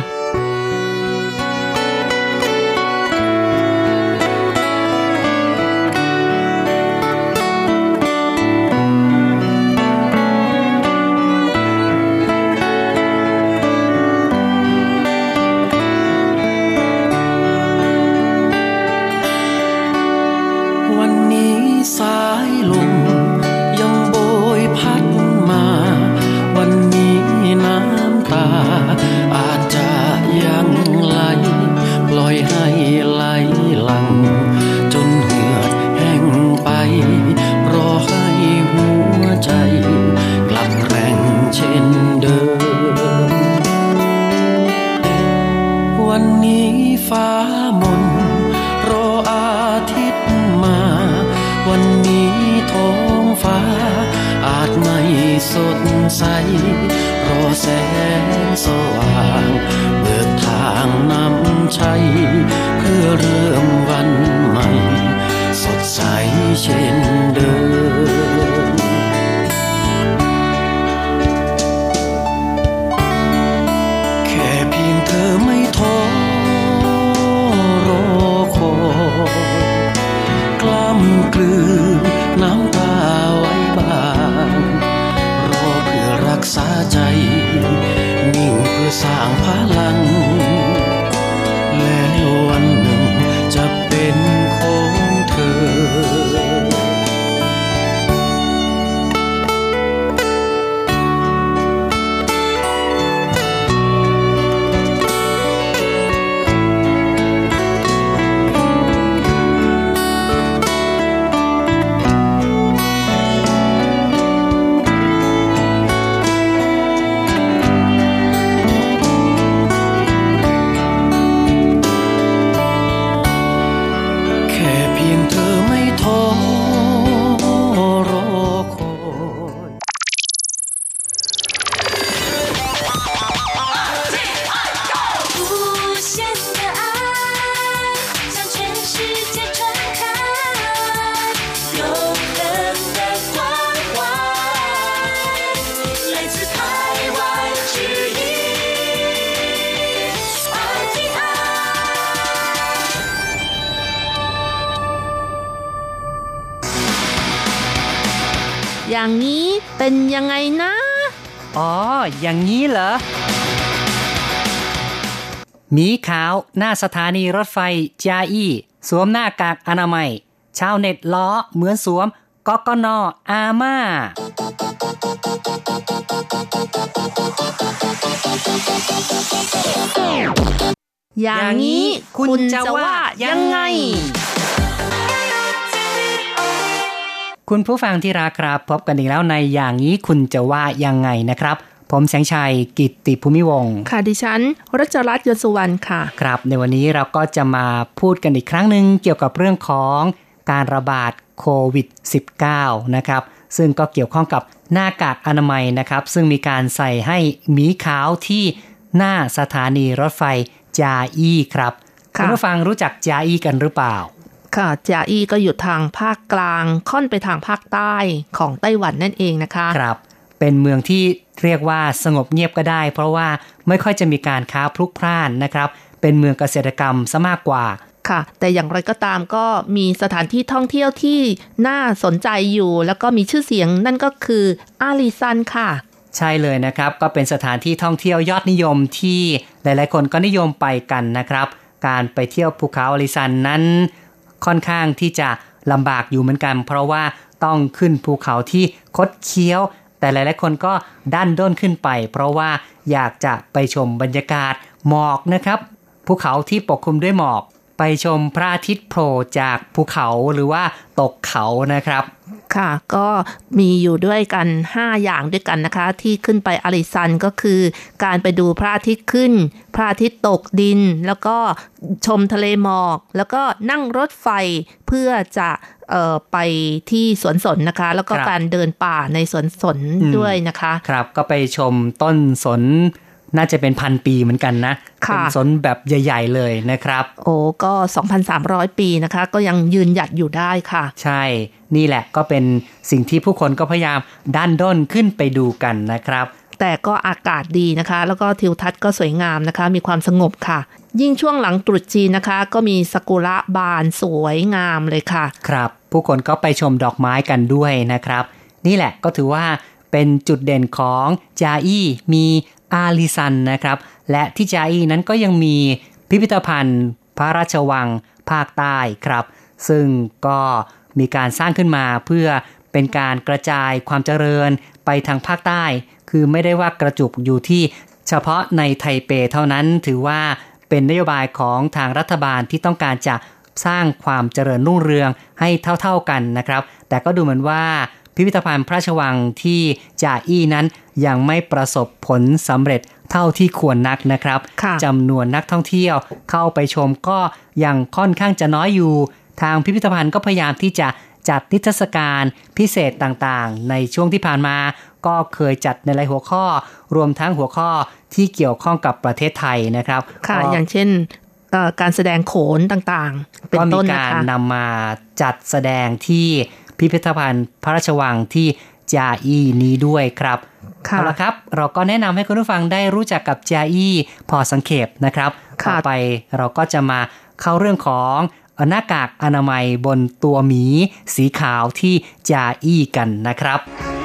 สดใสรอแสงสว่างเบิกทางนำชัยเพื่อเริ่มวันใหม่สดใสเช่นเดิมแค่เพียงเธท้อรอคอยกล้ำกลืนน้ำตาไว้บ้างรอเพื่อรักษาใจนิ่งเพื่อสร้างพลังแล้ววันหนึ่งจะเป็นของเธออย่างนี้เป็นยังไงนะอ๋ออย่างนี้เหรอหมีขาวหน้าสถานีรถไฟจาอี้สวมหน้ากากอนามัยชาวเน็ตล้อเหมือนสวมกกน.อาม่าอย่างนี้คุณจะว่ายังไงคุณผู้ฟังที่รักครับพบกันอีกแล้วในอย่างนี้คุณจะว่ายังไงนะครับผมแสงชัยกิตติภูมิวงศ์ค่ะดิฉันรัชรัตน์ยศสุวรรณค่ะครับในวันนี้เราก็จะมาพูดกันอีกครั้งนึงเกี่ยวกับเรื่องของการระบาดโควิด -19 นะครับซึ่งก็เกี่ยวข้องกับหน้ากากอนามัยนะครับซึ่งมีการใส่ให้หมีขาวที่หน้าสถานีรถไฟจาอี้ครับคุณผู้ฟังรู้จักจาอี้กันหรือเปล่าค่ะจาอี้ก็อยู่ทางภาคกลางค่อนไปทางภาคใต้ของไต้หวันนั่นเองนะคะครับเป็นเมืองที่เรียกว่าสงบเงียบก็ได้เพราะว่าไม่ค่อยจะมีการค้าพลุกพล่านนะครับเป็นเมืองเกษตรกรรมซะมากกว่าค่ะแต่อย่างไรก็ตามก็มีสถานที่ท่องเที่ยวที่น่าสนใจอยู่แล้วก็มีชื่อเสียงนั่นก็คืออาลีซันค่ะใช่เลยนะครับก็เป็นสถานที่ท่องเที่ยวยอดนิยมที่หลายๆคนก็นิยมไปกันนะครับการไปเที่ยวภูเขาอาลีซันนั้นค่อนข้างที่จะลำบากอยู่เหมือนกันเพราะว่าต้องขึ้นภูเขาที่คดเคี้ยวแต่หลายๆคนก็ดันด้นขึ้นไปเพราะว่าอยากจะไปชมบรรยากาศหมอกนะครับภูเขาที่ปกคลุมด้วยหมอกไปชมพระอาทิตย์โผล่จากภูเขาหรือว่าตกเขานะครับค่ะก็มีอยู่ด้วยกัน5อย่างด้วยกันนะคะที่ขึ้นไปอาลีซันก็คือการไปดูพระอาทิตย์ขึ้นพระอาทิตย์ตกดินแล้วก็ชมทะเลหมอกแล้วก็นั่งรถไฟเพื่อจะไปที่สวนสนนะคะแล้วก็การเดินป่าในสวนสนด้วยนะคะครับก็ไปชมต้นสนน่าจะเป็น1,000 ปีเหมือนกันนะเป็นสนแบบใหญ่ๆเลยนะครับโอ้ก็ 2,300 ปีนะคะก็ยังยืนหยัดอยู่ได้ค่ะใช่นี่แหละก็เป็นสิ่งที่ผู้คนก็พยายามดันด้นขึ้นไปดูกันนะครับแต่ก็อากาศดีนะคะแล้วก็ทิวทัศน์ก็สวยงามนะคะมีความสงบค่ะยิ่งช่วงหลังตรุษจีนนะคะก็มีซากุระบานสวยงามเลยค่ะครับผู้คนก็ไปชมดอกไม้กันด้วยนะครับนี่แหละก็ถือว่าเป็นจุดเด่นของจาอี้มีอาลีซันนะครับและที่จาอี้นั้นก็ยังมีพิพิธภัณฑ์พระราชวังภาคใต้ครับซึ่งก็มีการสร้างขึ้นมาเพื่อเป็นการกระจายความเจริญไปทางภาคใต้คือไม่ได้ว่ากระจุกอยู่ที่เฉพาะในไทเปเท่านั้นถือว่าเป็นนโยบายของทางรัฐบาลที่ต้องการจะสร้างความเจริญรุ่งเรืองให้เท่าๆกันนะครับแต่ก็ดูเหมือนว่าพิพิธภัณฑ์พระราชวังที่จาอี้นั้นยังไม่ประสบผลสำเร็จเท่าที่ควรนักนะครับจำนวนนักท่องเที่ยวเข้าไปชมก็ยังค่อนข้างจะน้อยอยู่ทางพิพิธภัณฑ์ก็พยายามที่จะจัดนิทรรศการพิเศษต่างๆในช่วงที่ผ่านมาก็เคยจัดในหลายหัวข้อรวมทั้งหัวข้อที่เกี่ยวข้องกับประเทศไทยนะครับค่ะอย่างเช่นการแสดงโขนต่างๆเป็นต้นนะคะก็มีการนำมาจัดแสดงที่พิพิธภัณฑ์พระราชวังที่จาอี้นี้ด้วยครับเอาละครับเราก็แนะนำให้คุณผู้ฟังได้รู้จักกับจาอี้พอสังเขปนะครับต่อไปเราก็จะมาเข้าเรื่องของหน้ากากอนามัยบนตัวหมีสีขาวที่จาอี้กันนะครับ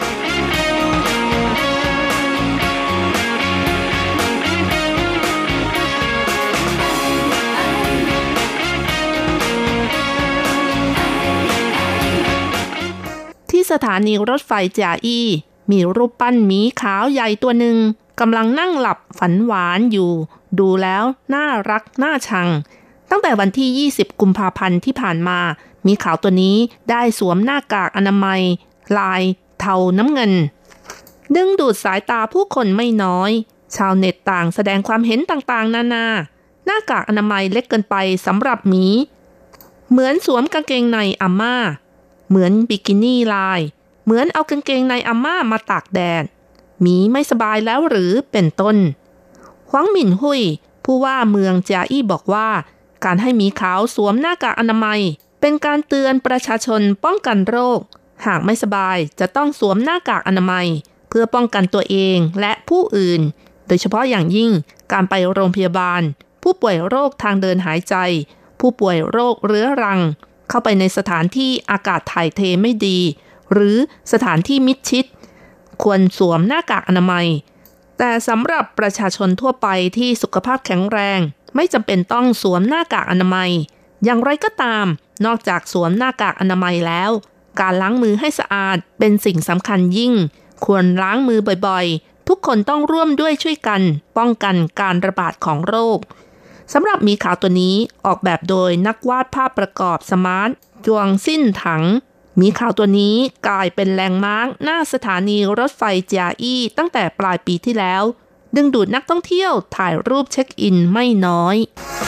ที่สถานีรถไฟจาอี้มีรูปปั้นหมีขาวใหญ่ตัวหนึ่งกำลังนั่งหลับฝันหวานอยู่ดูแล้วน่ารักน่าชังตั้งแต่วันที่20กุมภาพันธ์ที่ผ่านมาหมีขาวตัวนี้ได้สวมหน้ากากอนามัยลายเทาน้ำเงินดึงดูดสายตาผู้คนไม่น้อยชาวเน็ตต่างแสดงความเห็นต่างๆนานาหน้ากากอนามัยเล็กเกินไปสำหรับหมีเหมือนสวมกางเกงในอาม่าเหมือนบิกินี่ลายเหมือนเอากางเกงในอาม่ามาตากแดดหมีไม่สบายแล้วหรือเป็นต้นหวังหมินหุยผู้ว่าเมืองจาอี้บอกว่าการให้หมีขาวสวมหน้ากากอนามัยเป็นการเตือนประชาชนป้องกันโรคหากไม่สบายจะต้องสวมหน้ากากอนามัยเพื่อป้องกันตัวเองและผู้อื่นโดยเฉพาะอย่างยิ่งการไปโรงพยาบาลผู้ป่วยโรคทางเดินหายใจผู้ป่วยโรคเรื้อรังเข้าไปในสถานที่อากาศถ่ายเทไม่ดีหรือสถานที่มิดชิดควรสวมหน้ากากอนามัยแต่สำหรับประชาชนทั่วไปที่สุขภาพแข็งแรงไม่จำเป็นต้องสวมหน้ากากอนามัยอย่างไรก็ตามนอกจากสวมหน้ากากอนามัยแล้วการล้างมือให้สะอาดเป็นสิ่งสำคัญยิ่งควรล้างมือบ่อยๆทุกคนต้องร่วมด้วยช่วยกันป้องกันการระบาดของโรคสำหรับหมีขาวตัวนี้ออกแบบโดยนักวาดภาพประกอบสมาร์ทจวงสิ้นถังหมีขาวตัวนี้กลายเป็นแลนด์มาร์คหน้าสถานีรถไฟจาอี้ตั้งแต่ปลายปีที่แล้วดึงดูดนักท่องเที่ยวถ่ายรูปเช็คอินไม่น้อย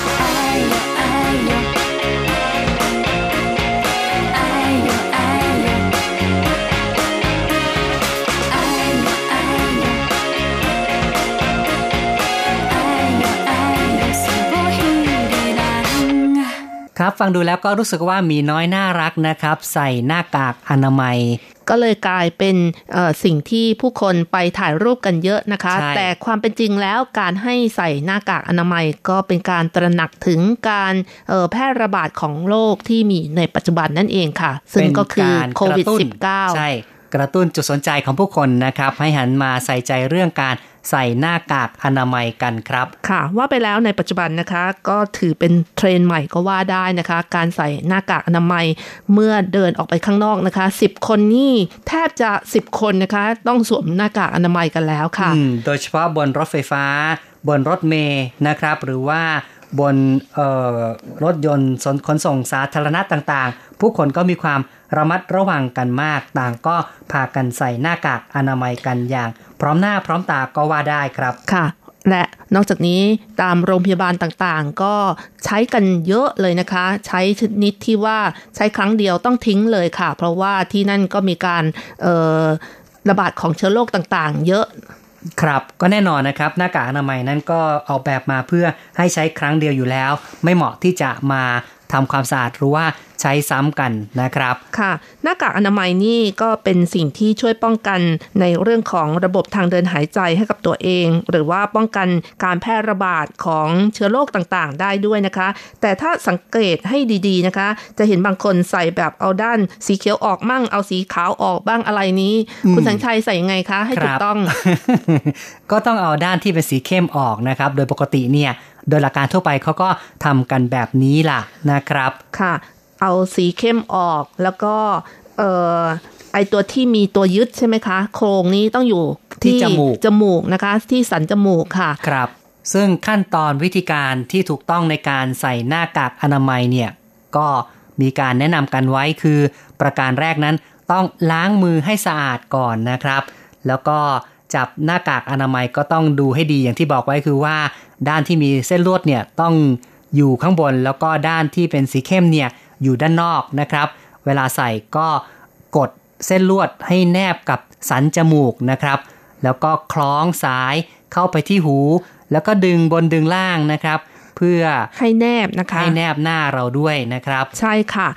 ครับฟังดูแล้วก็รู้สึกว่ามีน้อยน่ารักนะครับใส่หน้ากากอนามัยก็เลยกลายเป็นสิ่งที่ผู้คนไปถ่ายรูปกันเยอะนะคะแต่ความเป็นจริงแล้วการให้ใส่หน้ากากอนามัยก็เป็นการตระหนักถึงการแพร่ระบาดของโรคที่มีในปัจจุบันนั่นเองค่ะซึ่งก็คือโควิด -19 ใช่กระตุ้นจุดสนใจของผู้คนนะครับให้หันมาใส่ใจเรื่องการใส่หน้ากากอนามัยกันครับค่ะว่าไปแล้วในปัจจุบันนะคะก็ถือเป็นเทรนด์ใหม่ก็ว่าได้นะคะการใส่หน้ากากอนามัยเมื่อเดินออกไปข้างนอกนะคะ10คนนี่แทบจะ10คนนะคะต้องสวมหน้ากากอนามัยกันแล้วค่ะโดยเฉพาะบนรถไฟฟ้าบนรถเมล์นะครับหรือว่าบนรถยนต์ขนส่งสาธารณะต่างๆผู้คนก็มีความระมัดระวังกันมากต่างก็พากันใส่หน้ากากอนามัยกันอย่างพร้อมหน้าพร้อมตาก็ว่าได้ครับค่ะและนอกจากนี้ตามโรงพยาบาลต่างๆก็ใช้กันเยอะเลยนะคะใช้ชนิดที่ว่าใช้ครั้งเดียวต้องทิ้งเลยค่ะเพราะว่าที่นั่นก็มีการระบาดของเชื้อโรคต่างๆเยอะครับก็แน่นอนนะครับหน้ากากอนามัยนั้นก็ออกแบบมาเพื่อให้ใช้ครั้งเดียวอยู่แล้วไม่เหมาะที่จะมาทำความสะอาดหรือว่าใช้ซ้ำกันนะครับค่ะหน้ากากอนามัยนี่ก็เป็นสิ่งที่ช่วยป้องกันในเรื่องของระบบทางเดินหายใจให้กับตัวเองหรือว่าป้องกันการแพร่ระบาดของเชื้อโรคต่างๆได้ด้วยนะคะแต่ถ้าสังเกตให้ดีๆนะคะจะเห็นบางคนใส่แบบเอาด้านสีเขียวออกมั่งเอาสีขาวออกบ้างอะไรนี้คุณสังชัยใส่ยังไงคะให้ถูกต้องก็ต้องเอาด้านที่เป็นสีเข้มออกนะครับโดยปกติเนี่ยโดยหลักการทั่วไปเขาก็ทำกันแบบนี้ล่ะนะครับค่ะเอาสีเข้มออกแล้วก็ไอตัวที่มีตัวยึดใช่ไหมคะโครงนี้ต้องอยู่ที่จมูกนะคะที่สันจมูกค่ะครับซึ่งขั้นตอนวิธีการที่ถูกต้องในการใส่หน้ากากอนามัยเนี่ยก็มีการแนะนำกันไว้คือประการแรกนั้นต้องล้างมือให้สะอาดก่อนนะครับแล้วก็จับหน้ากากอนามัยก็ต้องดูให้ดีอย่างที่บอกไว้คือว่าด้านที่มีเส้นลวดเนี่ยต้องอยู่ข้างบนแล้วก็ด้านที่เป็นสีเข้มเนี่ยอยู่ด้านนอกนะครับเวลาใส่ก็กดเส้นลวดให้แนบกับสันจมูกนะครับแล้วก็คล้องสายเข้าไปที่หูแล้วก็ดึงบนดึงล่างนะครับเพื่อให้แนบนะคะให้แนบหน้าเราด้วยนะครับใช่ค่ะ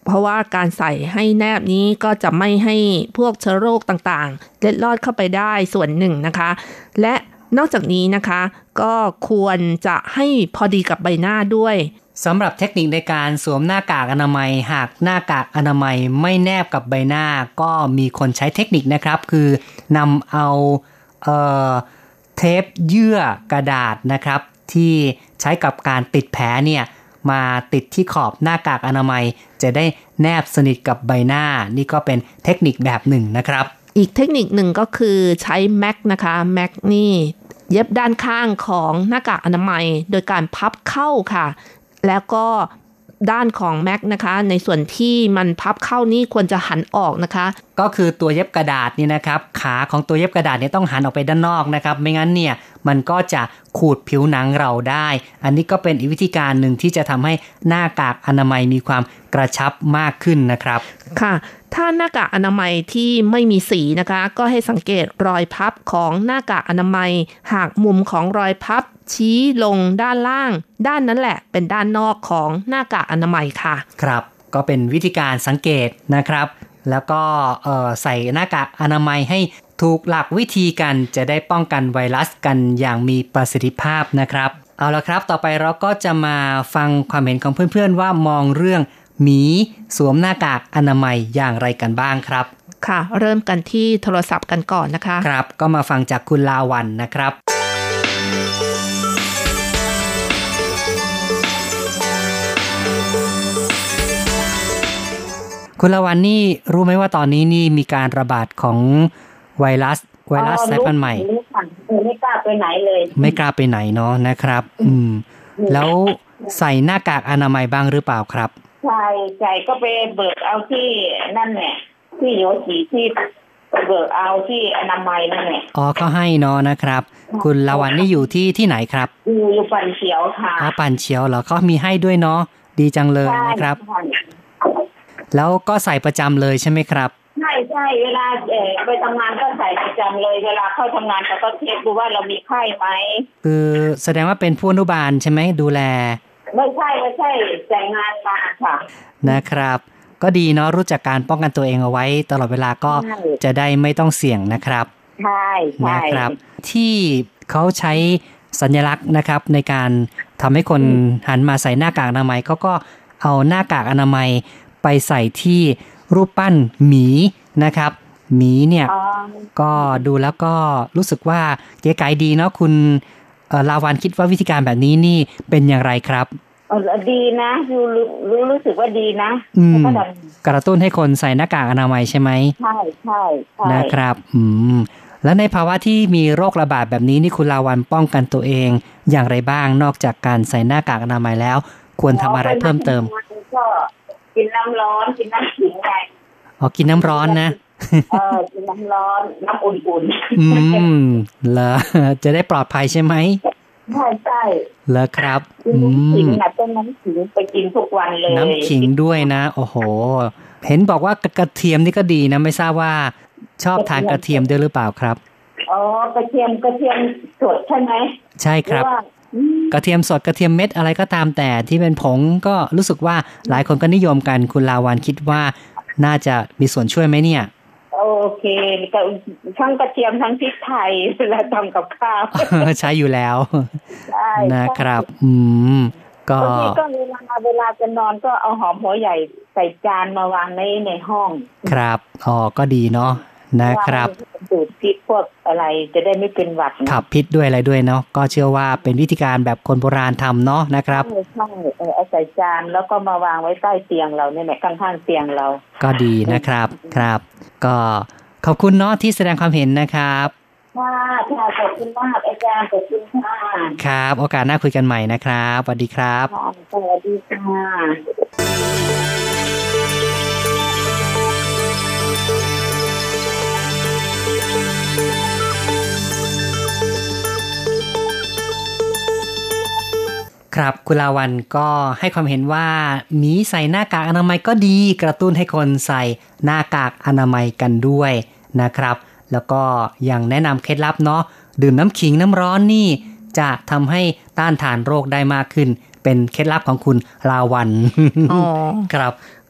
เพราะว่าการใส่ให้แนบนี้ก็จะไม่ให้พวกเชื้อโรคต่างๆเล็ดลอดเข้าไปได้ส่วนหนึ่งนะคะและนอกจากนี้นะคะก็ควรจะให้พอดีกับใบหน้าด้วยสำหรับเทคนิคในการสวมหน้ากากอนามัยหากหน้ากากอนามัยไม่แนบกับใบหน้าก็มีคนใช้เทคนิคนะครับคือนำเอาเทปเยื่อกระดาษนะครับที่ใช้กับการติดแผลเนี่ยมาติดที่ขอบหน้ากากอนามัยจะได้แนบสนิทกับใบหน้านี่ก็เป็นเทคนิคแบบหนึ่งนะครับอีกเทคนิคหนึ่งก็คือใช้แม็กนะคะแม็กนี่เย็บด้านข้างของหน้ากากอนามัยโดยการพับเข้าค่ะแล้วก็ด้านของแม็กนะคะในส่วนที่มันพับเข้านี่ควรจะหันออกนะคะก็คือตัวเย็บกระดาษนี่นะครับขาของตัวเย็บกระดาษเนี่ยต้องหันออกไปด้านนอกนะครับไม่งั้นเนี่ยมันก็จะขูดผิวหนังเราได้อันนี้ก็เป็นอีกวิธีการหนึ่งที่จะทำให้หน้ากากอนามัยมีความกระชับมากขึ้นนะครับค่ะถ้าหน้ากากอนามัยที่ไม่มีสีนะคะก็ให้สังเกตรอยพับของหน้ากากอนามัยหากมุมของรอยพับชี้ลงด้านล่างด้านนั้นแหละเป็นด้านนอกของหน้ากากอนามัยค่ะครับก็เป็นวิธีการสังเกตนะครับแล้วก็ใส่หน้ากากอนามัยให้ถูกหลักวิธีกันจะได้ป้องกันไวรัสกันอย่างมีประสิทธิภาพนะครับเอาละครับต่อไปเราก็จะมาฟังความเห็นของเพื่อนๆว่ามองเรื่องหมีสวมหน้ากากอนามัยอย่างไรกันบ้างครับค่ะเริ่มกันที่โทรศัพท์กันก่อนนะคะครับก็มาฟังจากคุณลาวันนะครับคุณลาวันนี่รู้ไหมว่าตอนนี้นี่มีการระบาดของไวรัสสายพันธุ์ใหม่ไม่กล้าไปไหนเลยไม่กล้าไปไหนเนาะนะครับแล้วใส่หน้ากากอนามัยบ้างหรือเปล่าครับใช่ก็ไปเบิกเอาที่นั่นแหละที่โยสีที่เบิกเอาที่อนามัยนั่นแหละอ๋อเขาให้เนาะนะครับคุณลาวันนี่อยู่ที่ไหนครับอยู่ปันเฉียวค่ะอ๋อปันเฉียวเหรอเขามีให้ด้วยเนาะดีจังเลยนะครับแล้วก็ใส่ประจำเลยใช่ไหมครับใช่เวลาไปทำงานก็ใส่ประจำเลยเวลาเข้าทำงานก็เช็คดูว่าเรามีไข้ไหมคือแสดงว่าเป็นผู้อนุบาลใช่ไหมดูแลไม่ใช่แต่งงานมาค่ะนะครับก็ดีเนาะรู้จักการป้องกันตัวเองเอาไว้ตลอดเวลาก็จะได้ไม่ต้องเสี่ยงนะครับใช่นะครับที่เขาใช้สัญลักษณ์นะครับในการทำให้คนหันมาใส่หน้ากากอนามัยเขาก็เอาหน้ากากอนามัยไปใส่ที่รูปปั้นหมีนะครับหมีเนี่ยก็ดูแล้วก็รู้สึกว่าเก๋ไก๋ดีเนาะคุณลาวันคิดว่าวิธีการแบบนี้นี่เป็นอย่างไรครับดีนะรู้สึกว่าดีนะกระตุ้นให้คนใส่หน้ากากอนามัยใช่ไหมใช่นะครับแล้วในภาวะที่มีโรคระบาดแบบนี้นี่คุณลาวันป้องกันตัวเองอย่างไรบ้างนอกจากการใส่หน้ากากอนามัยแล้วควรทำอะไรเพิ่มเติมก็กินน้ำร้อนกินน้ำขิงไงกินน้ำร้อนนะกินน้ำร้อนน้ำอุ่นๆเหรอจะได้ปลอดภัยใช่ไหมใช่เหรอครับขิงนะต้นน้ำขิงไปกินทุกวันเลยน้ำขิงด้วยนะโอ้โหเห็นบอกว่ากระเทียมนี่ก็ดีนะไม่ทราบว่าชอบทานกระเทียมด้วยหรือเปล่าครับกระเทียมสดใช่ไหมใช่ครับกระเทียมสดกระเทียมเม็ดอะไรก็ตามแต่ที่เป็นผงก็รู้สึกว่าหลายคนก็นิยมกันคุณลาวันคิดว่าน่าจะมีส่วนช่วยไหมเนี่ยโอเคทั้งกระเทียมทั้งพริกไทยเวลาทำกับข้าวใช้อยู่แล้วนะครับก็เวลาจะนอนก็เอาหอมหัวใหญ่ใส่จานมาวางในห้องครับก็ดีเนาะนะครับดูดพิษพวกอะไรจะได้ไม่เป็นหวัดขับพิษด้วยอะไรด้วยเนาะก็เชื่อว่าเป็นวิธีการแบบคนโบราณทำเนาะนะครับใช่เอาใส่จานแล้วก็มาวางไว้ใต้เตียงเราเนี่ยข้างๆเตียงเราก็ดีนะครับครับก็ขอบคุณเนาะที่แสดงความเห็นนะครับค่ะขอบคุณมากอาจารย์ขอบคุณค่ะครับโอกาสหน้าคุยกันใหม่นะครับสวัสดีครับสวัสดีค่ะครับคุณลาวันก็ให้ความเห็นว่าหมีใส่หน้ากากอนามัยก็ดีกระตุ้นให้คนใส่หน้ากากอนามัยกันด้วยนะครับแล้วก็ยังแนะนำเคล็ดลับเนาะดื่มน้ำขิงน้ำร้อนนี่จะทำให้ต้านทานโรคได้มากขึ้นเป็นเคล็ดลับของคุณลาวันครับ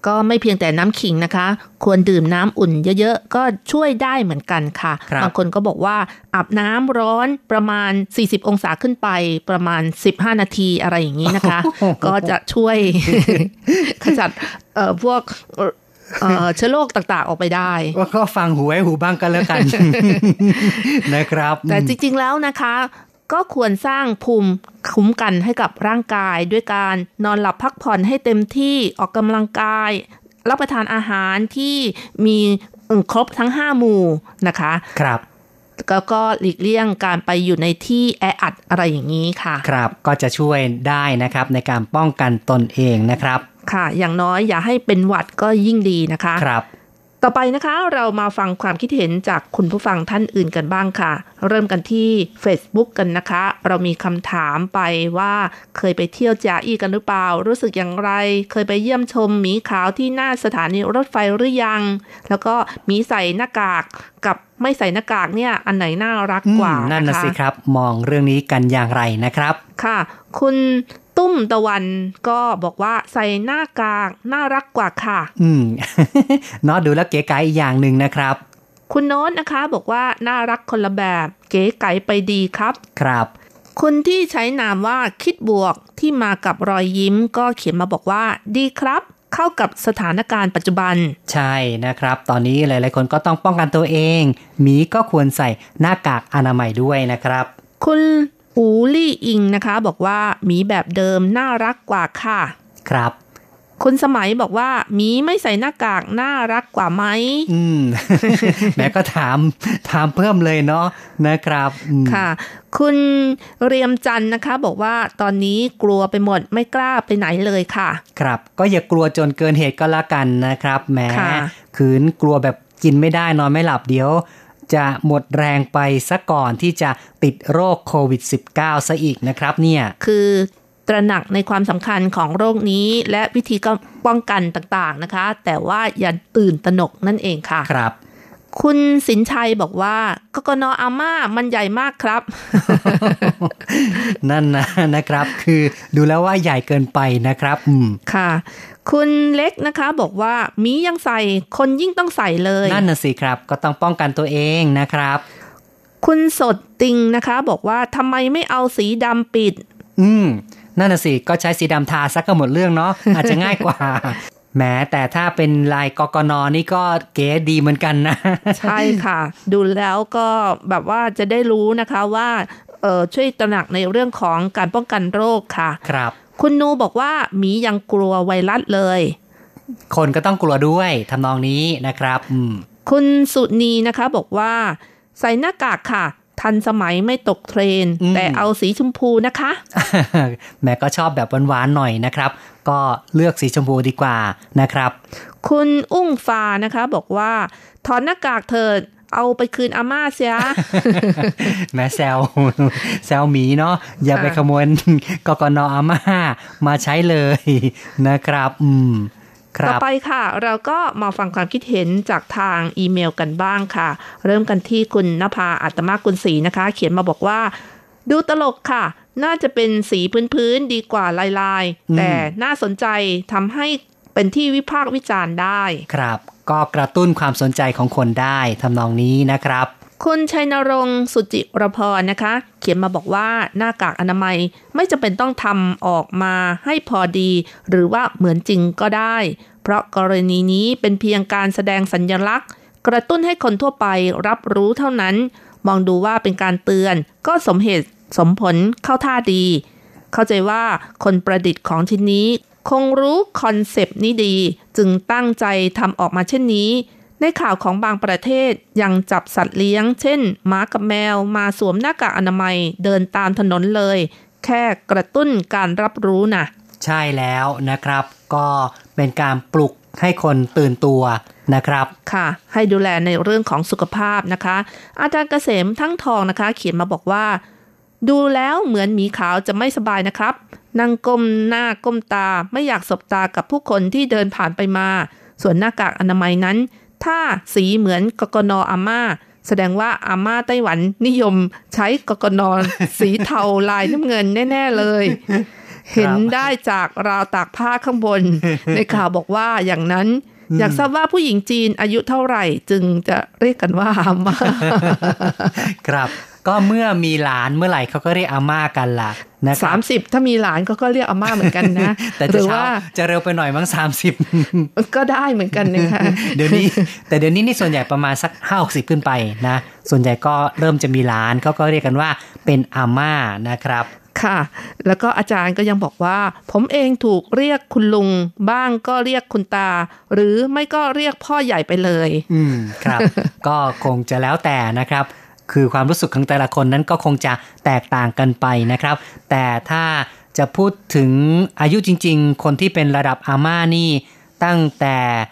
ก็ไม่เพียงแต่น้ำขิงนะคะควรดื่มน้ำอุ่นเยอะๆก็ช่วยได้เหมือนกันค่ะบางคนก็บอกว่าอาบน้ำร้อนประมาณ40องศาขึ้นไปประมาณ15นาทีอะไรอย่างนี้นะคะ ก็จะช่วย ขจัดพวกเชื้อโรคต่างๆออกไปได้ก็ฟังหูไว้หูบ้างกันแล้วกัน นะครับแต่จริงๆแล้วนะคะก็ควรสร้างภูมิคุ้มกันให้กับร่างกายด้วยการนอนหลับพักผ่อนให้เต็มที่ออกกำลังกายรับประทานอาหารที่มีครบทั้ง5หมู่นะคะครับก็หลีกเลี่ยงการไปอยู่ในที่แออัดอะไรอย่างนี้ค่ะครับก็จะช่วยได้นะครับในการป้องกันตนเองนะครับค่ะอย่างน้อยอย่าให้เป็นหวัดก็ยิ่งดีนะคะครับต่อไปนะคะเรามาฟังความคิดเห็นจากคุณผู้ฟังท่านอื่นกันบ้างค่ะเริ่มกันที่ Facebook กันนะคะเรามีคำถามไปว่าเคยไปเที่ยวจาอี้กันหรือเปล่ารู้สึกอย่างไรเคยไปเยี่ยมชมหมีขาวที่หน้าสถานีรถไฟหรือยังแล้วก็หมีใส่หน้ากากกับไม่ใส่หน้ากากเนี่ยอันไหนน่ารักกว่านั่นน่ะสิครับมองเรื่องนี้กันอย่างไรนะครับค่ะคุณตุ้มตะวันก็บอกว่าใส่หน้ากากน่ารักกว่าค่ะเนาะดูแล้วเก๋ไก๋อีกอย่างหนึ่งนะครับคุณโน้ตนะคะบอกว่าน่ารักคนละแบบเก๋ไก๋ไปดีครับครับคุณที่ใช้นามว่าคิดบวกที่มากับรอยยิ้มก็เขียนมาบอกว่าดีครับเข้ากับสถานการณ์ปัจจุบันใช่นะครับตอนนี้หลายๆคนก็ต้องป้องกันตัวเองหมีก็ควรใส่หน้ากากอนามัยด้วยนะครับคุณอูลี่อิงนะคะบอกว่าหมีแบบเดิมน่ารักกว่าค่ะครับคุณสมัยบอกว่าหมีไม่ใส่หน้ากากน่ารักกว่าไหมแม่ก็ถามเพิ่มเลยเนาะนะครับค่ะคุณเรียมจันนะคะบอกว่าตอนนี้กลัวไปหมดไม่กล้าไปไหนเลยค่ะครับก็อย่ากลัวจนเกินเหตุก็แล้วกันนะครับแม้ขืนกลัวแบบกินไม่ได้นอนไม่หลับเดี๋ยวจะหมดแรงไปซะก่อนที่จะติดโรคโควิด -19 ซะอีกนะครับเนี่ยคือตระหนักในความสำคัญของโรคนี้และวิธีการป้องกันต่างๆนะคะแต่ว่าอย่าตื่นตระหนกนั่นเองค่ะครับคุณสินชัยบอกว่ากกน.อาม่ามันใหญ่มากครับนั่นนะครับคือดูแล้วว่าใหญ่เกินไปนะครับค่ะคุณเล็กนะคะบอกว่ามียังใส่คนยิ่งต้องใส่เลยนั่นน่ะสิครับก็ต้องป้องกันตัวเองนะครับคุณสดติงนะคะบอกว่าทำไมไม่เอาสีดำปิดนั่นน่ะสิก็ใช้สีดำทาซักก็หมดเรื่องเนาะ อาจจะง่ายกว่าแม้แต่ถ้าเป็นลายกกน.นี่ก็เก๋ดีเหมือนกันนะใช่ค่ะดูแล้วก็แบบว่าจะได้รู้นะคะว่าช่วยตระหนักในเรื่องของการป้องกันโรคค่ะครับคุณนูบอกว่าหมียังกลัวไวรัสเลยคนก็ต้องกลัวด้วยทำนองนี้นะครับคุณสุนีนะคะบอกว่าใส่หน้ากากค่ะทันสมัยไม่ตกเทรนแต่เอาสีชมพูนะคะแม่ก็ชอบแบบหวานๆหน่อยนะครับก็เลือกสีชมพูดีกว่านะครับคุณอุ้งฟ้านะคะบอกว่าถอดหน้ากากเถิดเอาไปคืนอาม่าเสียแม่แซวหมีเนาะอย่าไปขโมยกกน.อาม่ามาใช้เลยนะครับต่อไปค่ะเราก็มาฟังความคิดเห็นจากทางอีเมลกันบ้างค่ะเริ่มกันที่คุณณภาอัตมากุลศรีนะคะเขียนมาบอกว่าดูตลกค่ะน่าจะเป็นสีพื้นๆดีกว่าลายๆแต่น่าสนใจทำให้เป็นที่วิพากษ์วิจารณ์ได้ครับก็กระตุ้นความสนใจของคนได้ทำนองนี้นะครับคุณชัยนรงค์สุจิรพรนะคะเขียนมาบอกว่าหน้ากากอนามัยไม่จำเป็นต้องทำออกมาให้พอดีหรือว่าเหมือนจริงก็ได้เพราะกรณีนี้เป็นเพียงการแสดงสัญลักษณ์กระตุ้นให้คนทั่วไปรับรู้เท่านั้นมองดูว่าเป็นการเตือนก็สมเหตุสมผลเข้าท่าดีเข้าใจว่าคนประดิษฐ์ของชิ้นนี้คงรู้คอนเซปต์นี้ดีจึงตั้งใจทำออกมาเช่นนี้ในข่าวของบางประเทศยังจับสัตว์เลี้ยงเช่นหมากับแมวมาสวมหน้ากากอนามัยเดินตามถนนเลยแค่กระตุ้นการรับรู้นะใช่แล้วนะครับก็เป็นการปลุกให้คนตื่นตัวนะครับค่ะให้ดูแลในเรื่องของสุขภาพนะคะอาจารย์เกษมทั้งทองนะคะเขียนมาบอกว่าดูแล้วเหมือนหมีขาวจะไม่สบายนะครับนั่งก้มหน้าก้มตาไม่อยากสบตากับผู้คนที่เดินผ่านไปมาส่วนหน้ากากอนามัยนั้นถ้าสีเหมือนกกน.อาม่าแสดงว่าอาม่าไต้หวันนิยมใช้กกน.สีเทาลายน้ำเงินแน่ๆเลยเห็นได้จากราวตากผ้าข้างบน ในข่าวบอกว่าอย่างนั้นอยากทราบว่าผู้หญิงจีนอายุเท่าไหร่จึงจะเรียกกันว่าอาม่าครับก็เมื่อมีหลานเมื่อไหร่เขาก็เรียกอาม่ากันล่ะนะครับ 30ถ้ามีหลานก็เรียกอาม่าเหมือนกันนะแต่หรือว่าจะเร็วไปหน่อยมั้ง30 ก็ได้เหมือนกันนะคะเดี๋ยวนี้นี่ส่วนใหญ่ประมาณสัก 50-60 ขึ้นไปนะส่วนใหญ่ก็เริ่มจะมีหลานเขาก็เรียกกันว่าเป็นอาม่านะครับค่ะแล้วก็อาจารย์ก็ยังบอกว่าผมเองถูกเรียกคุณลุงบ้างก็เรียกคุณตาหรือไม่ก็เรียกพ่อใหญ่ไปเลยครับ ก็คงจะแล้วแต่นะครับคือความรู้สึกของแต่ละคนนั้นก็คงจะแตกต่างกันไปนะครับแต่ถ้าจะพูดถึงอายุจริงๆคนที่เป็นระดับอาม่านี่ตั้งแต่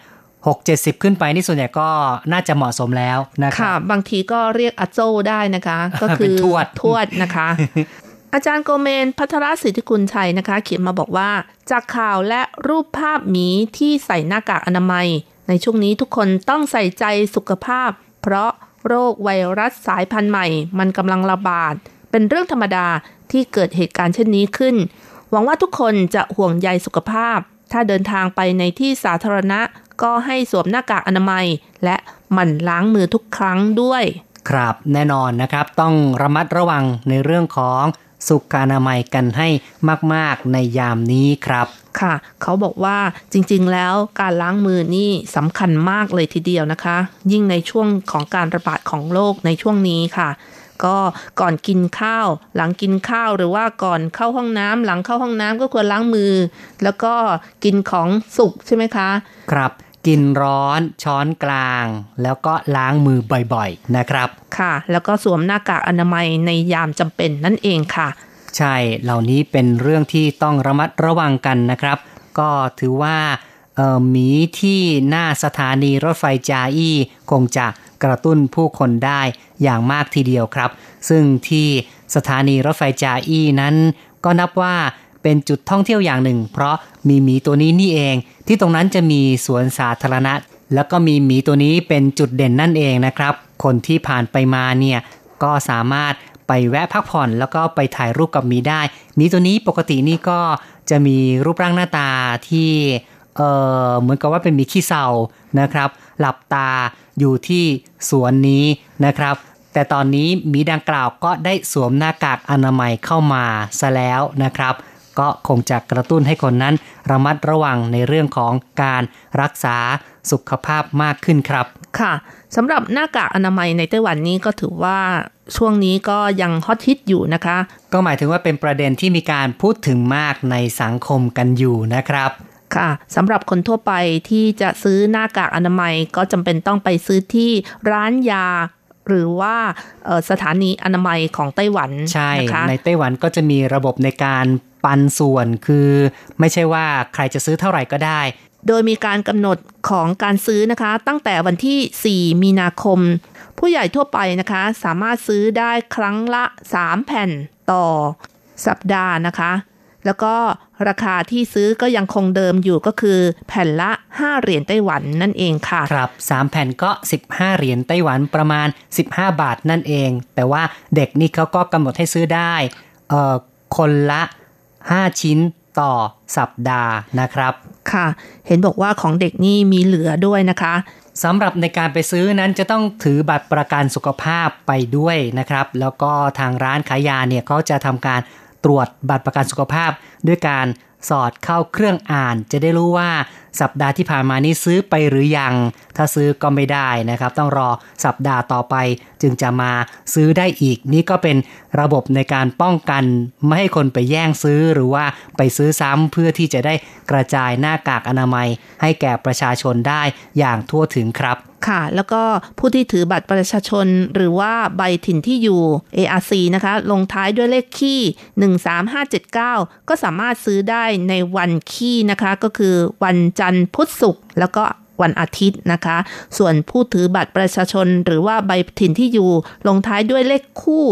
60-70 ขึ้นไปนี่ส่วนใหญ่ก็น่าจะเหมาะสมแล้วนะครับค่ะบางทีก็เรียกอาโจ้ได้นะคะก็คือทวดนะคะ อาจารย์โกเมนภัทรสิทธิกุลชัยนะคะเขียนมาบอกว่าจากข่าวและรูปภาพหมีที่ใส่หน้ากากอนามัยในช่วงนี้ทุกคนต้องใส่ใจสุขภาพเพราะโรคไวรัสสายพันธุ์ใหม่มันกำลังระบาดเป็นเรื่องธรรมดาที่เกิดเหตุการณ์เช่นนี้ขึ้นหวังว่าทุกคนจะห่วงใยสุขภาพถ้าเดินทางไปในที่สาธารณะก็ให้สวมหน้ากากอนามัยและหมั่นล้างมือทุกครั้งด้วยครับแน่นอนนะครับต้องระมัดระวังในเรื่องของสุขอนามัยกันให้มากๆในยามนี้ครับค่ะเขาบอกว่าจริงๆแล้วการล้างมือนี่สำคัญมากเลยทีเดียวนะคะยิ่งในช่วงของการระบาดของโรคในช่วงนี้ค่ะก็ก่อนกินข้าวหลังกินข้าวหรือว่าก่อนเข้าห้องน้ำหลังเข้าห้องน้ำก็ควรล้างมือแล้วก็กินของสุกใช่ไหมคะครับกินร้อนช้อนกลางแล้วก็ล้างมือบ่อยๆนะครับค่ะแล้วก็สวมหน้ากากอนามัยในยามจำเป็นนั่นเองค่ะใช่เหล่านี้เป็นเรื่องที่ต้องระมัดระวังกันนะครับก็ถือว่าหมีที่หน้าสถานีรถไฟจาอี้คงจะกระตุ้นผู้คนได้อย่างมากทีเดียวครับซึ่งที่สถานีรถไฟจาอี้นั้นก็นับว่าเป็นจุดท่องเที่ยวอย่างหนึ่งเพราะมีหมีตัวนี้นี่เองที่ตรงนั้นจะมีสวนสาธารณะแล้วก็มีหมีตัวนี้เป็นจุดเด่นนั่นเองนะครับคนที่ผ่านไปมาเนี่ยก็สามารถไปแวะพักผ่อนแล้วก็ไปถ่ายรูปกับหมีได้หมีตัวนี้ปกตินี่ก็จะมีรูปร่างหน้าตาที่เหมือนกับว่าเป็นหมีขี้เศร้านะครับหลับตาอยู่ที่สวนนี้นะครับแต่ตอนนี้หมีดังกล่าวก็ได้สวมหน้ากากอนามัยเข้ามาซะแล้วนะครับก็คงจะกระตุ้นให้คนนั้นระมัดระวังในเรื่องของการรักษาสุขภาพมากขึ้นครับค่ะสำหรับหน้ากากอนามัยในไต้หวันนี้ก็ถือว่าช่วงนี้ก็ยังฮอตฮิตอยู่นะคะก็หมายถึงว่าเป็นประเด็นที่มีการพูดถึงมากในสังคมกันอยู่นะครับค่ะสำหรับคนทั่วไปที่จะซื้อหน้ากากอนามัยก็จำเป็นต้องไปซื้อที่ร้านยาหรือว่าสถานีอนามัยของไต้หวันใช่ในไต้หวันก็จะมีระบบในการปันส่วนคือไม่ใช่ว่าใครจะซื้อเท่าไหร่ก็ได้โดยมีการกำหนดของการซื้อนะคะตั้งแต่วันที่4มีนาคมผู้ใหญ่ทั่วไปนะคะสามารถซื้อได้ครั้งละ3แผ่นต่อสัปดาห์นะคะแล้วก็ราคาที่ซื้อก็ยังคงเดิมอยู่ก็คือแผ่นละ5เหรียญไต้หวันนั่นเองค่ะครับ3แผ่นก็15เหรียญไต้หวันประมาณ15บาทนั่นเองแต่ว่าเด็กนี่เขาก็กำหนดให้ซื้อได้คนละ5ชิ้นต่อสัปดาห์นะครับค่ะเห็นบอกว่าของเด็กนี่มีเหลือด้วยนะคะสำหรับในการไปซื้อนั้นจะต้องถือบัตรประกันสุขภาพไปด้วยนะครับแล้วก็ทางร้านขายยาเนี่ยเขาจะทำการตรวจบัตรประกันสุขภาพด้วยการสอดเข้าเครื่องอ่านจะได้รู้ว่าสัปดาห์ที่ผ่านมานี้ซื้อไปหรือยังถ้าซื้อก็ไม่ได้นะครับต้องรอสัปดาห์ต่อไปจึงจะมาซื้อได้อีกนี่ก็เป็นระบบในการป้องกันไม่ให้คนไปแย่งซื้อหรือว่าไปซื้อซ้ำเพื่อที่จะได้กระจายหน้ากากอนามัยให้แก่ประชาชนได้อย่างทั่วถึงครับค่ะแล้วก็ผู้ที่ถือบัตรประชาชนหรือว่าใบถิ่นที่อยู่ ARC นะคะลงท้ายด้วยเลขคี่13579ก็สามารถซื้อได้ในวันคี่นะคะก็คือวันจันทร์พุธศุกร์แล้วก็วันอาทิตย์นะคะส่วนผู้ถือบัตรประชาชนหรือว่าใบถิ่นที่อยู่ลงท้ายด้วยเลขคู่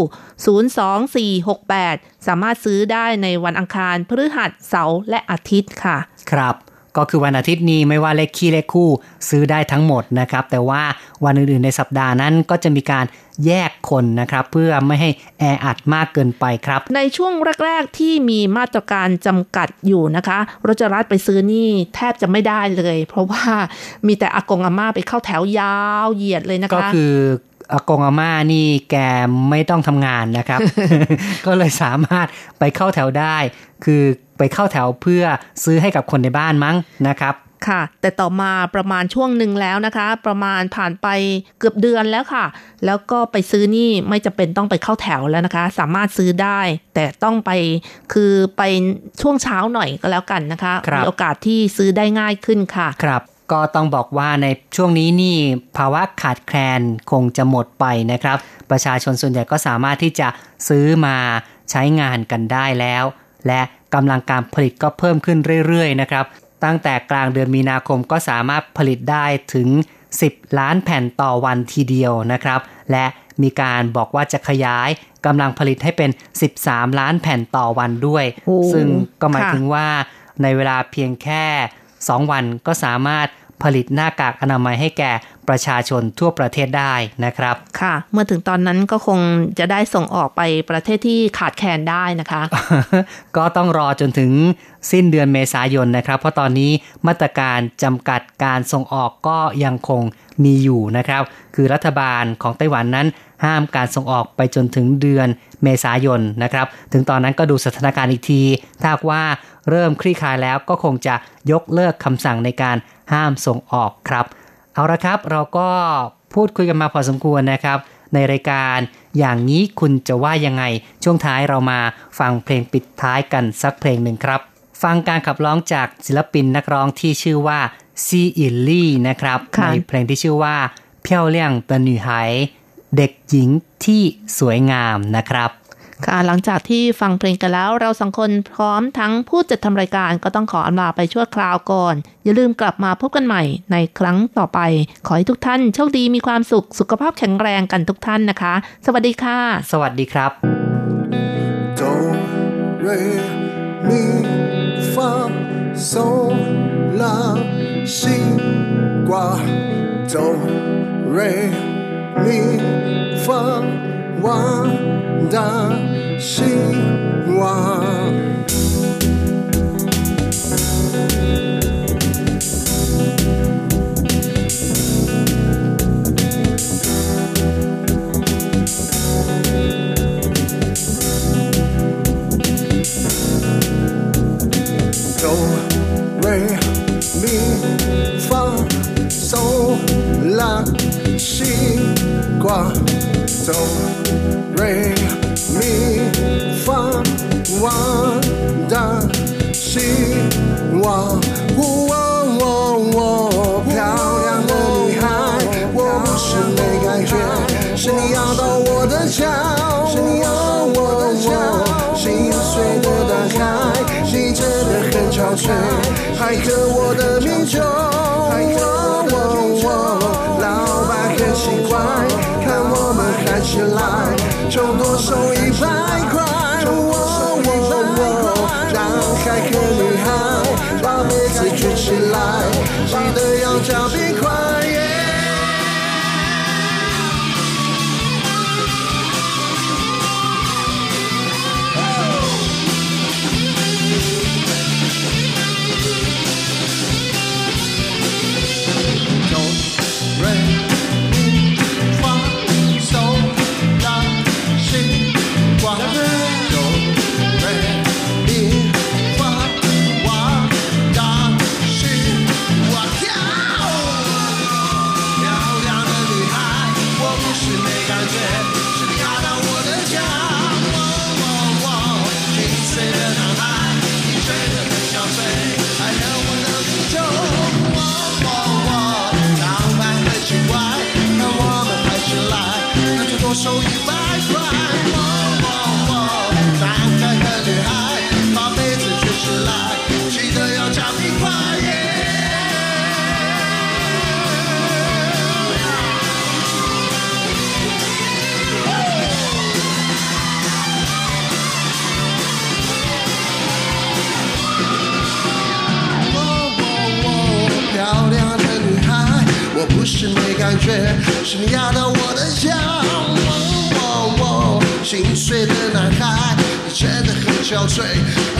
02468สามารถซื้อได้ในวันอังคารพฤหัสเสาร์และอาทิตย์ค่ะครับก็คือวันอาทิตย์นี้ไม่ว่าเลขคี่เลขคู่ซื้อได้ทั้งหมดนะครับแต่ว่าวันอื่นๆในสัปดาห์นั้นก็จะมีการแยกคนนะครับเพื่อไม่ให้แออัดมากเกินไปครับในช่วงแรกๆที่มีมาตรการจำกัดอยู่นะคะรถจราจรไปซื้อนี่แทบจะไม่ได้เลยเพราะว่ามีแต่อากงอาม่าไปเข้าแถวยาวเหยียดเลยนะคะก็คืออากงอาม่านี่แกไม่ต้องทำงานนะครับ ก็เลยสามารถไปเข้าแถวได้คือไปเข้าแถวเพื่อซื้อให้กับคนในบ้านมั้งนะครับค่ะแต่ต่อมาประมาณช่วงหนึ่งแล้วนะคะประมาณผ่านไปเกือบเดือนแล้วค่ะแล้วก็ไปซื้อนี่ไม่จำเป็นต้องไปเข้าแถวแล้วนะคะสามารถซื้อได้แต่ต้องไปคือไปช่วงเช้าหน่อยก็แล้วกันนะคะมีโอกาสที่ซื้อได้ง่ายขึ้นค่ะครับก็ต้องบอกว่าในช่วงนี้นี่ภาวะขาดแคลนคงจะหมดไปนะครับประชาชนส่วนใหญ่ก็สามารถที่จะซื้อมาใช้งานกันได้แล้วและกำลังการผลิตก็เพิ่มขึ้นเรื่อยๆนะครับตั้งแต่กลางเดือนมีนาคมก็สามารถผลิตได้ถึง10ล้านแผ่นต่อวันทีเดียวนะครับและมีการบอกว่าจะขยายกำลังผลิตให้เป็น13ล้านแผ่นต่อวันด้วยซึ่งก็หมายถึงว่าในเวลาเพียงแค่2วันก็สามารถผลิตหน้ากากอนามัยให้แก่ประชาชนทั่วประเทศได้นะครับค่ะเมื่อถึงตอนนั้นก็คงจะได้ส่งออกไปประเทศที่ขาดแคลนได้นะคะก็ต้องรอจนถึงสิ้นเดือนเมษายนนะครับเพราะตอนนี้มาตรการจำกัดการส่งออกก็ยังคงมีอยู่นะครับคือรัฐบาลของไต้หวันนั้นห้ามการส่งออกไปจนถึงเดือนเมษายนนะครับถึงตอนนั้นก็ดูสถานการณ์อีกทีถ้าว่าเริ่มคลี่คลายแล้วก็คงจะยกเลิกคำสั่งในการห้ามส่งออกครับเอาละครับเราก็พูดคุยกันมาพอสมควรนะครับในรายการอย่างนี้คุณจะว่ายังไงช่วงท้ายเรามาฟังเพลงปิดท้ายกันสักเพลงหนึ่งครับฟังการขับร้องจากศิลปินนักร้องที่ชื่อว่าซีอิลลี่นะครับในเพลงที่ชื่อว่าเพี้ยวเลี่ยงเตนหนูไห่เด็กหญิงที่สวยงามนะครับค่ะหลังจากที่ฟังเพลงกันแล้วเราสองคนพร้อมทั้งผู้จัดทำรายการก็ต้องขออำลาไปชั่วคราวก่อนอย่าลืมกลับมาพบกันใหม่ในครั้งต่อไปขอให้ทุกท่านโชคดีมีความสุขสุขภาพแข็งแรงกันทุกท่านนะคะสวัสดีค่ะสวัสดีครับโดเรมีฟาโซลาซิกวาโดเรมีฟาวาดาชิวาโดเรมีฟาโซลาชิกวาโดเรมีฟาวาดาชิวา漂亮的女孩我不是没感觉是你要到我的家是你要到我的家心碎的打开你真的很憔悴还喝我的米酒老板很奇怪看我们喊起来就多收100块让海和女孩把杯子举起来记得要加冰块不是没感觉，是你压到我的脚。心碎的男孩，你真的很憔悴。